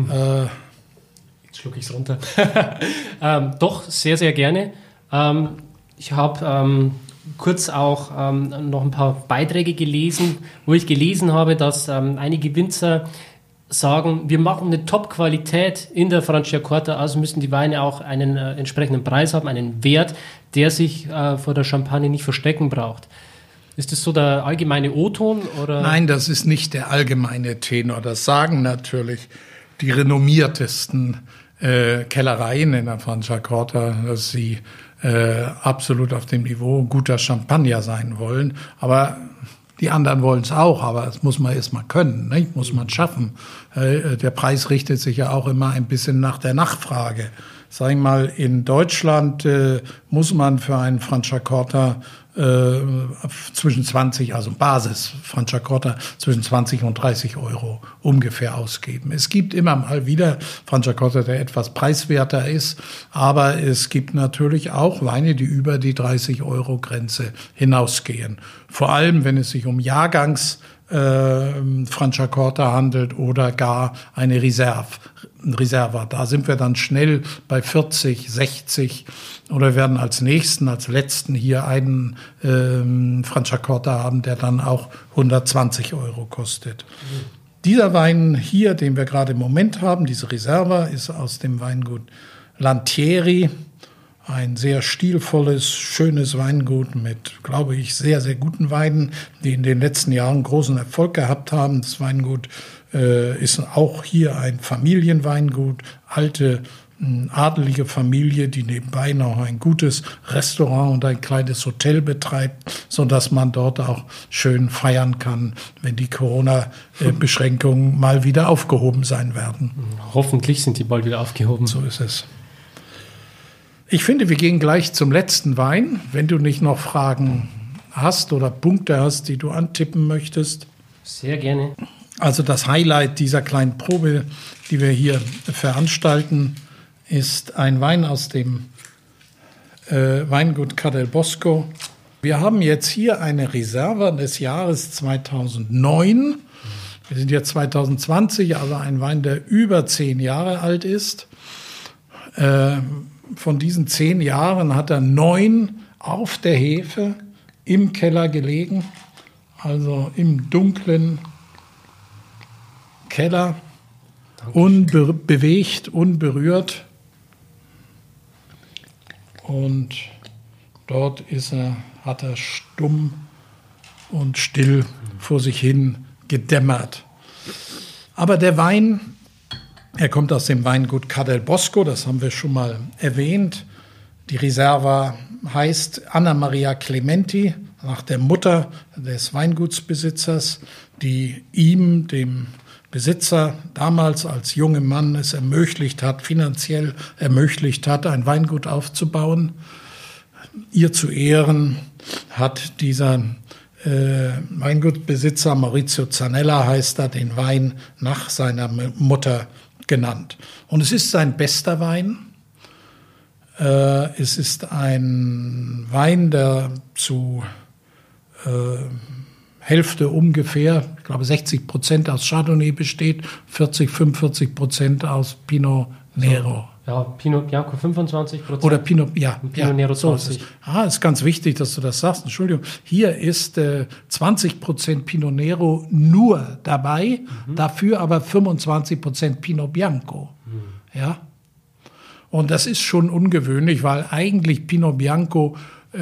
Jetzt schlucke ich es runter. Doch, sehr, sehr gerne. Ich habe kurz auch noch ein paar Beiträge gelesen, wo ich gelesen habe, dass einige Winzer sagen, wir machen eine Top-Qualität in der Franciacorta, also müssen die Weine auch einen entsprechenden Preis haben, einen Wert, der sich vor der Champagne nicht verstecken braucht. Ist das so der allgemeine O-Ton? Oder? Nein, das ist nicht der allgemeine Tenor. Das sagen natürlich die renommiertesten Kellereien in der Franciacorta, dass sie absolut auf dem Niveau guter Champagner sein wollen. Aber die anderen wollen es auch, aber das muss man erst mal können, nicht? Muss man schaffen. Der Preis richtet sich ja auch immer ein bisschen nach der Nachfrage. Sag ich mal, in Deutschland muss man für einen Franciacorta zwischen 20, also Basis Franciacorta, zwischen 20 und 30 Euro ungefähr ausgeben. Es gibt immer mal wieder Franciacorta, der etwas preiswerter ist, aber es gibt natürlich auch Weine, die über die 30-Euro-Grenze hinausgehen. Vor allem, wenn es sich um Jahrgangs Franciacorta handelt oder gar eine Reserva. Da sind wir dann schnell bei 40, 60 oder werden als letzten hier einen Franciacorta haben, der dann auch 120 Euro kostet. Dieser Wein hier, den wir gerade im Moment haben, diese Reserva, ist aus dem Weingut Lantieri. ein sehr stilvolles, schönes Weingut mit, glaube ich, sehr, sehr guten Weinen, die in den letzten Jahren großen Erfolg gehabt haben. Das Weingut ist auch hier ein Familienweingut, alte adelige Familie, die nebenbei noch ein gutes Restaurant und ein kleines Hotel betreibt, sodass man dort auch schön feiern kann, wenn die Corona-Beschränkungen mal wieder aufgehoben sein werden. Hoffentlich sind die bald wieder aufgehoben. So ist es. Ich finde, wir gehen gleich zum letzten Wein. Wenn du nicht noch Fragen hast oder Punkte hast, die du antippen möchtest. Sehr gerne. Also das Highlight dieser kleinen Probe, die wir hier veranstalten, ist ein Wein aus dem Weingut Ca del Bosco. Wir haben jetzt hier eine Reserva des Jahres 2009. Wir sind jetzt 2020, also ein Wein, der über 10 Jahre alt ist. Von diesen 10 Jahren hat er 9 auf der Hefe im Keller gelegen, also im dunklen Keller, unbewegt, unberührt. Und dort hat er stumm und still vor sich hin gedämmert. Aber der Wein, er kommt aus dem Weingut Ca del Bosco, das haben wir schon mal erwähnt. Die Reserva heißt Anna Maria Clementi, nach der Mutter des Weingutsbesitzers, die ihm, dem Besitzer, damals als junger Mann es ermöglicht hat, finanziell ermöglicht hat, ein Weingut aufzubauen. Ihr zu Ehren hat dieser Weingutsbesitzer, Maurizio Zanella heißt er, den Wein nach seiner Mutter genannt. Und es ist sein bester Wein. Es ist ein Wein, der zu Hälfte ungefähr, ich glaube 60% aus Chardonnay besteht, 45% aus Pinot Nero. Ja, Pinot Bianco 25%. Oder Pinot, Pinot Nero 20%. So ist ganz wichtig, dass du das sagst. Entschuldigung. Hier ist 20% Pinot Nero nur dabei, dafür aber 25% Pinot Bianco. Ja. Und das ist schon ungewöhnlich, weil eigentlich Pinot Bianco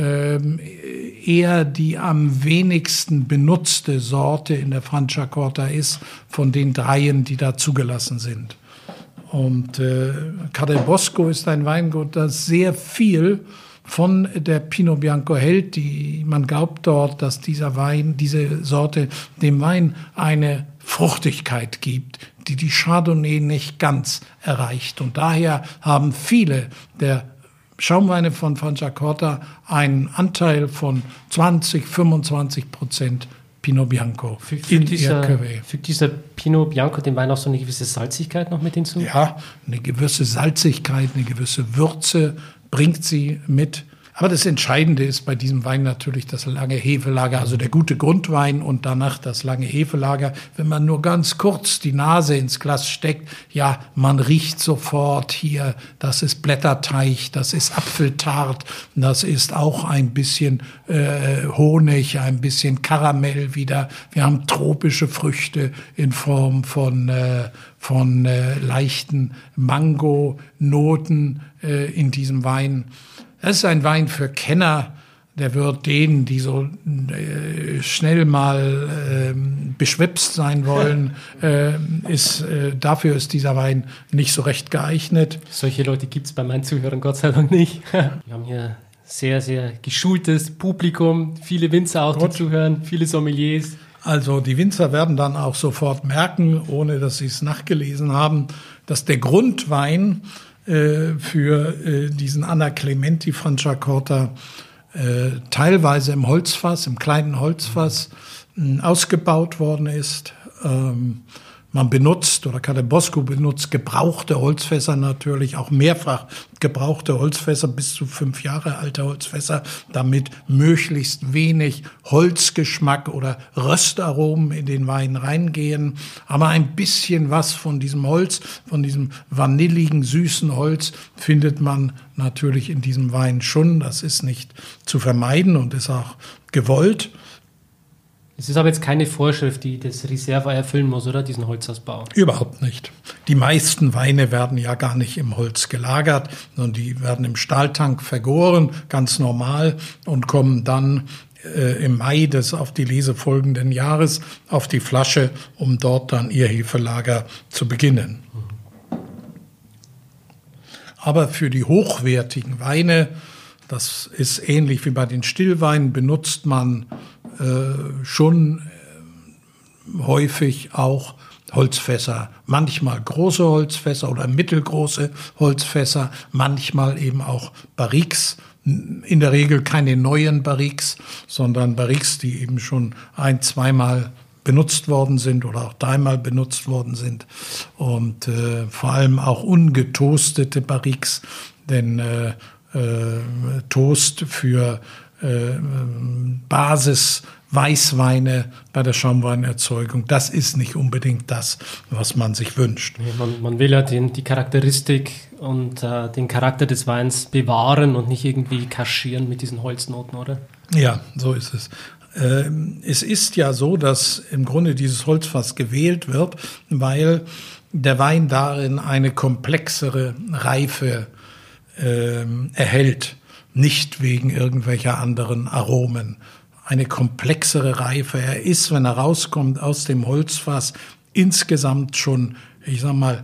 eher die am wenigsten benutzte Sorte in der Franciacorta ist, von den 3, die da zugelassen sind. Und Ca del Bosco ist ein Weingut, das sehr viel von der Pinot Bianco hält. Man glaubt dort, dass diese Sorte dem Wein eine Fruchtigkeit gibt, die Chardonnay nicht ganz erreicht. Und daher haben viele der Schaumweine von Franciacorta einen Anteil von 20-25% Pinot Bianco in ihr Cuvée. Fügt dieser Pinot Bianco dem Wein auch so eine gewisse Salzigkeit noch mit hinzu? Ja, eine gewisse Salzigkeit, eine gewisse Würze bringt sie mit. Aber das Entscheidende ist bei diesem Wein natürlich das lange Hefelager, also der gute Grundwein und danach das lange Hefelager. Wenn man nur ganz kurz die Nase ins Glas steckt, ja, man riecht sofort hier, das ist Blätterteig, das ist Apfeltart, das ist auch ein bisschen Honig, ein bisschen Karamell wieder. Wir haben tropische Früchte in Form von leichten Mango-Noten in diesem Wein. Das ist ein Wein für Kenner, der wird denen, die so schnell mal beschwipst sein wollen, dafür ist dieser Wein nicht so recht geeignet. Solche Leute gibt es bei meinen Zuhörern Gott sei Dank nicht. Wir haben hier sehr, sehr geschultes Publikum, viele Winzer auch, die zuhören, viele Sommeliers. Also die Winzer werden dann auch sofort merken, ohne dass sie es nachgelesen haben, dass der Grundwein für diesen Anna Clementi Franciacorta teilweise im Holzfass, im kleinen Holzfass ausgebaut worden ist. Man benutzt, oder Ca del Bosco benutzt gebrauchte Holzfässer natürlich, auch mehrfach gebrauchte Holzfässer, bis zu 5 Jahre alte Holzfässer, damit möglichst wenig Holzgeschmack oder Röstaromen in den Wein reingehen. Aber ein bisschen was von diesem Holz, von diesem vanilligen, süßen Holz findet man natürlich in diesem Wein schon. Das ist nicht zu vermeiden und ist auch gewollt. Es ist aber jetzt keine Vorschrift, die das Reserva erfüllen muss, oder, diesen Holzausbau? Überhaupt nicht. Die meisten Weine werden ja gar nicht im Holz gelagert, sondern die werden im Stahltank vergoren, ganz normal, und kommen dann im Mai des auf die Lese folgenden Jahres auf die Flasche, um dort dann ihr Hefelager zu beginnen. Aber für die hochwertigen Weine, das ist ähnlich wie bei den Stillweinen, benutzt man schon häufig auch Holzfässer. Manchmal große Holzfässer oder mittelgroße Holzfässer, manchmal eben auch Barriques. In der Regel keine neuen Barriques, sondern Barriques, die eben schon zweimal benutzt worden sind oder auch dreimal benutzt worden sind. Und vor allem auch ungetoastete Barriques, denn Toast für Basis-Weißweine bei der Schaumweinerzeugung, das ist nicht unbedingt das, was man sich wünscht. Man will ja die Charakteristik und den Charakter des Weins bewahren und nicht irgendwie kaschieren mit diesen Holznoten, oder? Ja, so ist es. Es ist ja so, dass im Grunde dieses Holzfass gewählt wird, weil der Wein darin eine komplexere Reife erhält. Nicht wegen irgendwelcher anderen Aromen. Eine komplexere Reife. Er ist, wenn er rauskommt aus dem Holzfass, insgesamt schon, ich sag mal,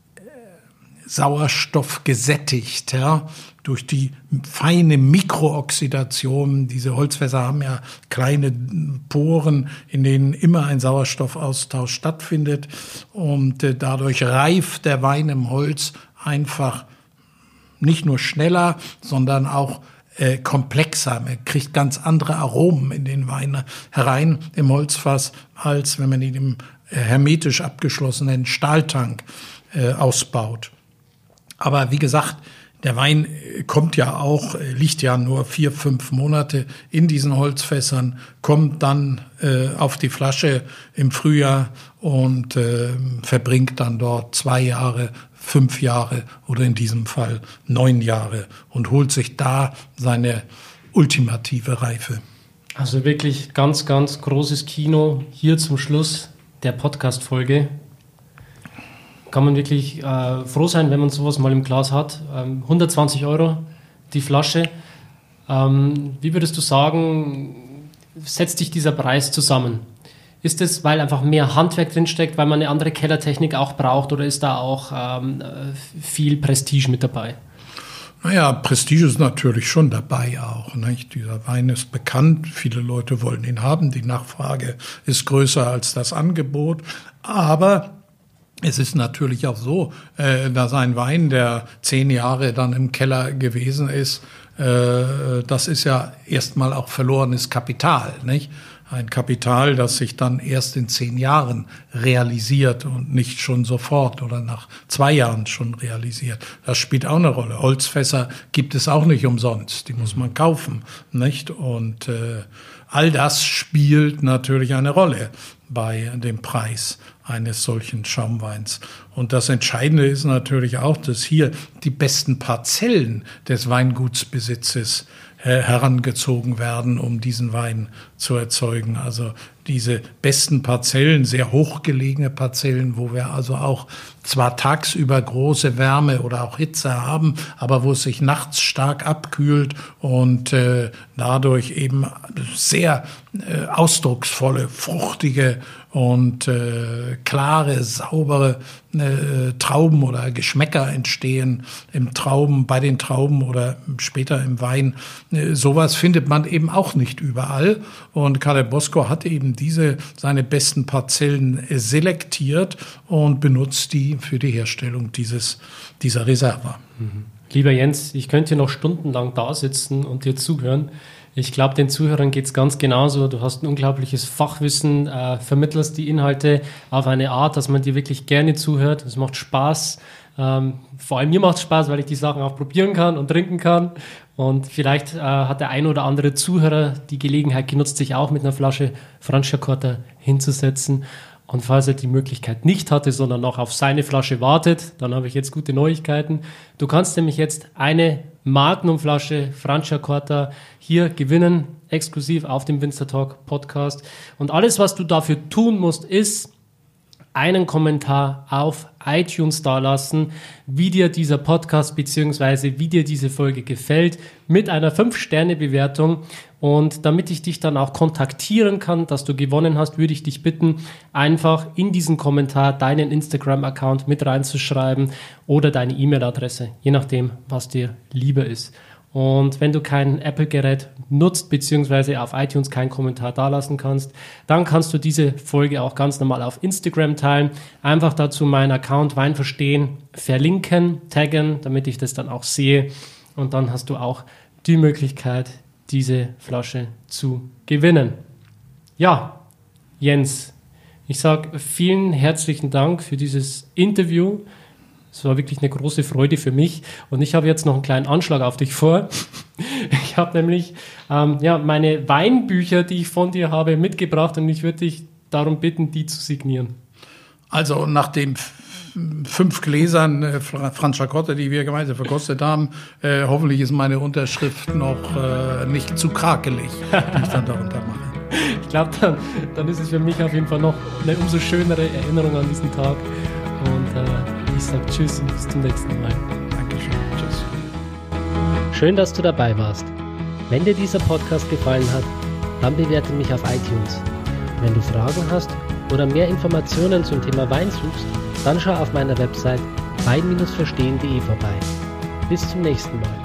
Sauerstoff gesättigt, ja, durch die feine Mikrooxidation. Diese Holzfässer haben ja kleine Poren, in denen immer ein Sauerstoffaustausch stattfindet. Und dadurch reift der Wein im Holz einfach nicht nur schneller, sondern auch komplexer. Man kriegt ganz andere Aromen in den Wein herein im Holzfass, als wenn man ihn im hermetisch abgeschlossenen Stahltank ausbaut. Aber wie gesagt, der Wein liegt ja nur 4-5 Monate in diesen Holzfässern, kommt dann auf die Flasche im Frühjahr und verbringt dann dort 2 Jahre, 5 Jahre oder in diesem Fall 9 Jahre und holt sich da seine ultimative Reife. Also wirklich ganz, ganz großes Kino hier zum Schluss der Podcast-Folge. Kann man wirklich froh sein, wenn man sowas mal im Glas hat. 120 € die Flasche. Wie würdest du sagen, setzt sich dieser Preis zusammen? Ist es, weil einfach mehr Handwerk drinsteckt, weil man eine andere Kellertechnik auch braucht, oder ist da auch viel Prestige mit dabei? Naja, Prestige ist natürlich schon dabei auch, nicht? Dieser Wein ist bekannt, viele Leute wollen ihn haben, die Nachfrage ist größer als das Angebot, aber es ist natürlich auch so, dass ein Wein, der 10 Jahre dann im Keller gewesen ist, das ist ja erstmal auch verlorenes Kapital, nicht? Ein Kapital, das sich dann erst in 10 Jahren realisiert und nicht schon sofort oder nach 2 Jahren schon realisiert. Das spielt auch eine Rolle. Holzfässer gibt es auch nicht umsonst. Die muss man kaufen, nicht? Und all das spielt natürlich eine Rolle bei dem Preis eines solchen Schaumweins. Und das Entscheidende ist natürlich auch, dass hier die besten Parzellen des Weingutsbesitzes herangezogen werden, um diesen Wein zu erzeugen. Also diese besten Parzellen, sehr hochgelegene Parzellen, wo wir also auch zwar tagsüber große Wärme oder auch Hitze haben, aber wo es sich nachts stark abkühlt und dadurch eben sehr ausdrucksvolle, fruchtige und klare, saubere Trauben oder Geschmäcker entstehen bei den Trauben oder später im Wein. Sowas findet man eben auch nicht überall. Und Caleb Bosco hat eben seine besten Parzellen selektiert und benutzt die für die Herstellung dieser Reserva. Lieber Jens, ich könnte hier noch stundenlang da sitzen und dir zuhören. Ich glaube, den Zuhörern geht es ganz genauso. Du hast ein unglaubliches Fachwissen, vermittelst die Inhalte auf eine Art, dass man dir wirklich gerne zuhört. Es macht Spaß. Vor allem mir macht es Spaß, weil ich die Sachen auch probieren kann und trinken kann. Und vielleicht hat der ein oder andere Zuhörer die Gelegenheit genutzt, sich auch mit einer Flasche Franciacorta hinzusetzen. Und falls er die Möglichkeit nicht hatte, sondern noch auf seine Flasche wartet, dann habe ich jetzt gute Neuigkeiten. Du kannst nämlich jetzt eine Magnumflasche Franciacorta hier gewinnen, exklusiv auf dem Winzer Talk Podcast. Und alles, was du dafür tun musst, ist einen Kommentar auf iTunes dalassen, wie dir dieser Podcast bzw. wie dir diese Folge gefällt, mit einer 5-Sterne-Bewertung. Und damit ich dich dann auch kontaktieren kann, dass du gewonnen hast, würde ich dich bitten, einfach in diesen Kommentar deinen Instagram-Account mit reinzuschreiben oder deine E-Mail-Adresse, je nachdem, was dir lieber ist. Und wenn du kein Apple-Gerät nutzt, beziehungsweise auf iTunes keinen Kommentar dalassen kannst, dann kannst du diese Folge auch ganz normal auf Instagram teilen. Einfach dazu meinen Account Wein verstehen, verlinken, taggen, damit ich das dann auch sehe. Und dann hast du auch die Möglichkeit, diese Flasche zu gewinnen. Ja, Jens, ich sage vielen herzlichen Dank für dieses Interview. Es war wirklich eine große Freude für mich und ich habe jetzt noch einen kleinen Anschlag auf dich vor. Ich habe nämlich meine Weinbücher, die ich von dir habe, mitgebracht und ich würde dich darum bitten, die zu signieren. Also nach den 5 Gläsern Franciacorta, die wir gemeinsam verkostet haben, hoffentlich ist meine Unterschrift noch nicht zu krakelig, die ich dann darunter mache. Ich glaube, dann ist es für mich auf jeden Fall noch eine umso schönere Erinnerung an diesen Tag und ich sage Tschüss und bis zum nächsten Mal. Dankeschön. Tschüss. Schön, dass du dabei warst. Wenn dir dieser Podcast gefallen hat, dann bewerte mich auf iTunes. Wenn du Fragen hast oder mehr Informationen zum Thema Wein suchst, dann schau auf meiner Website wein-verstehen.de vorbei. Bis zum nächsten Mal.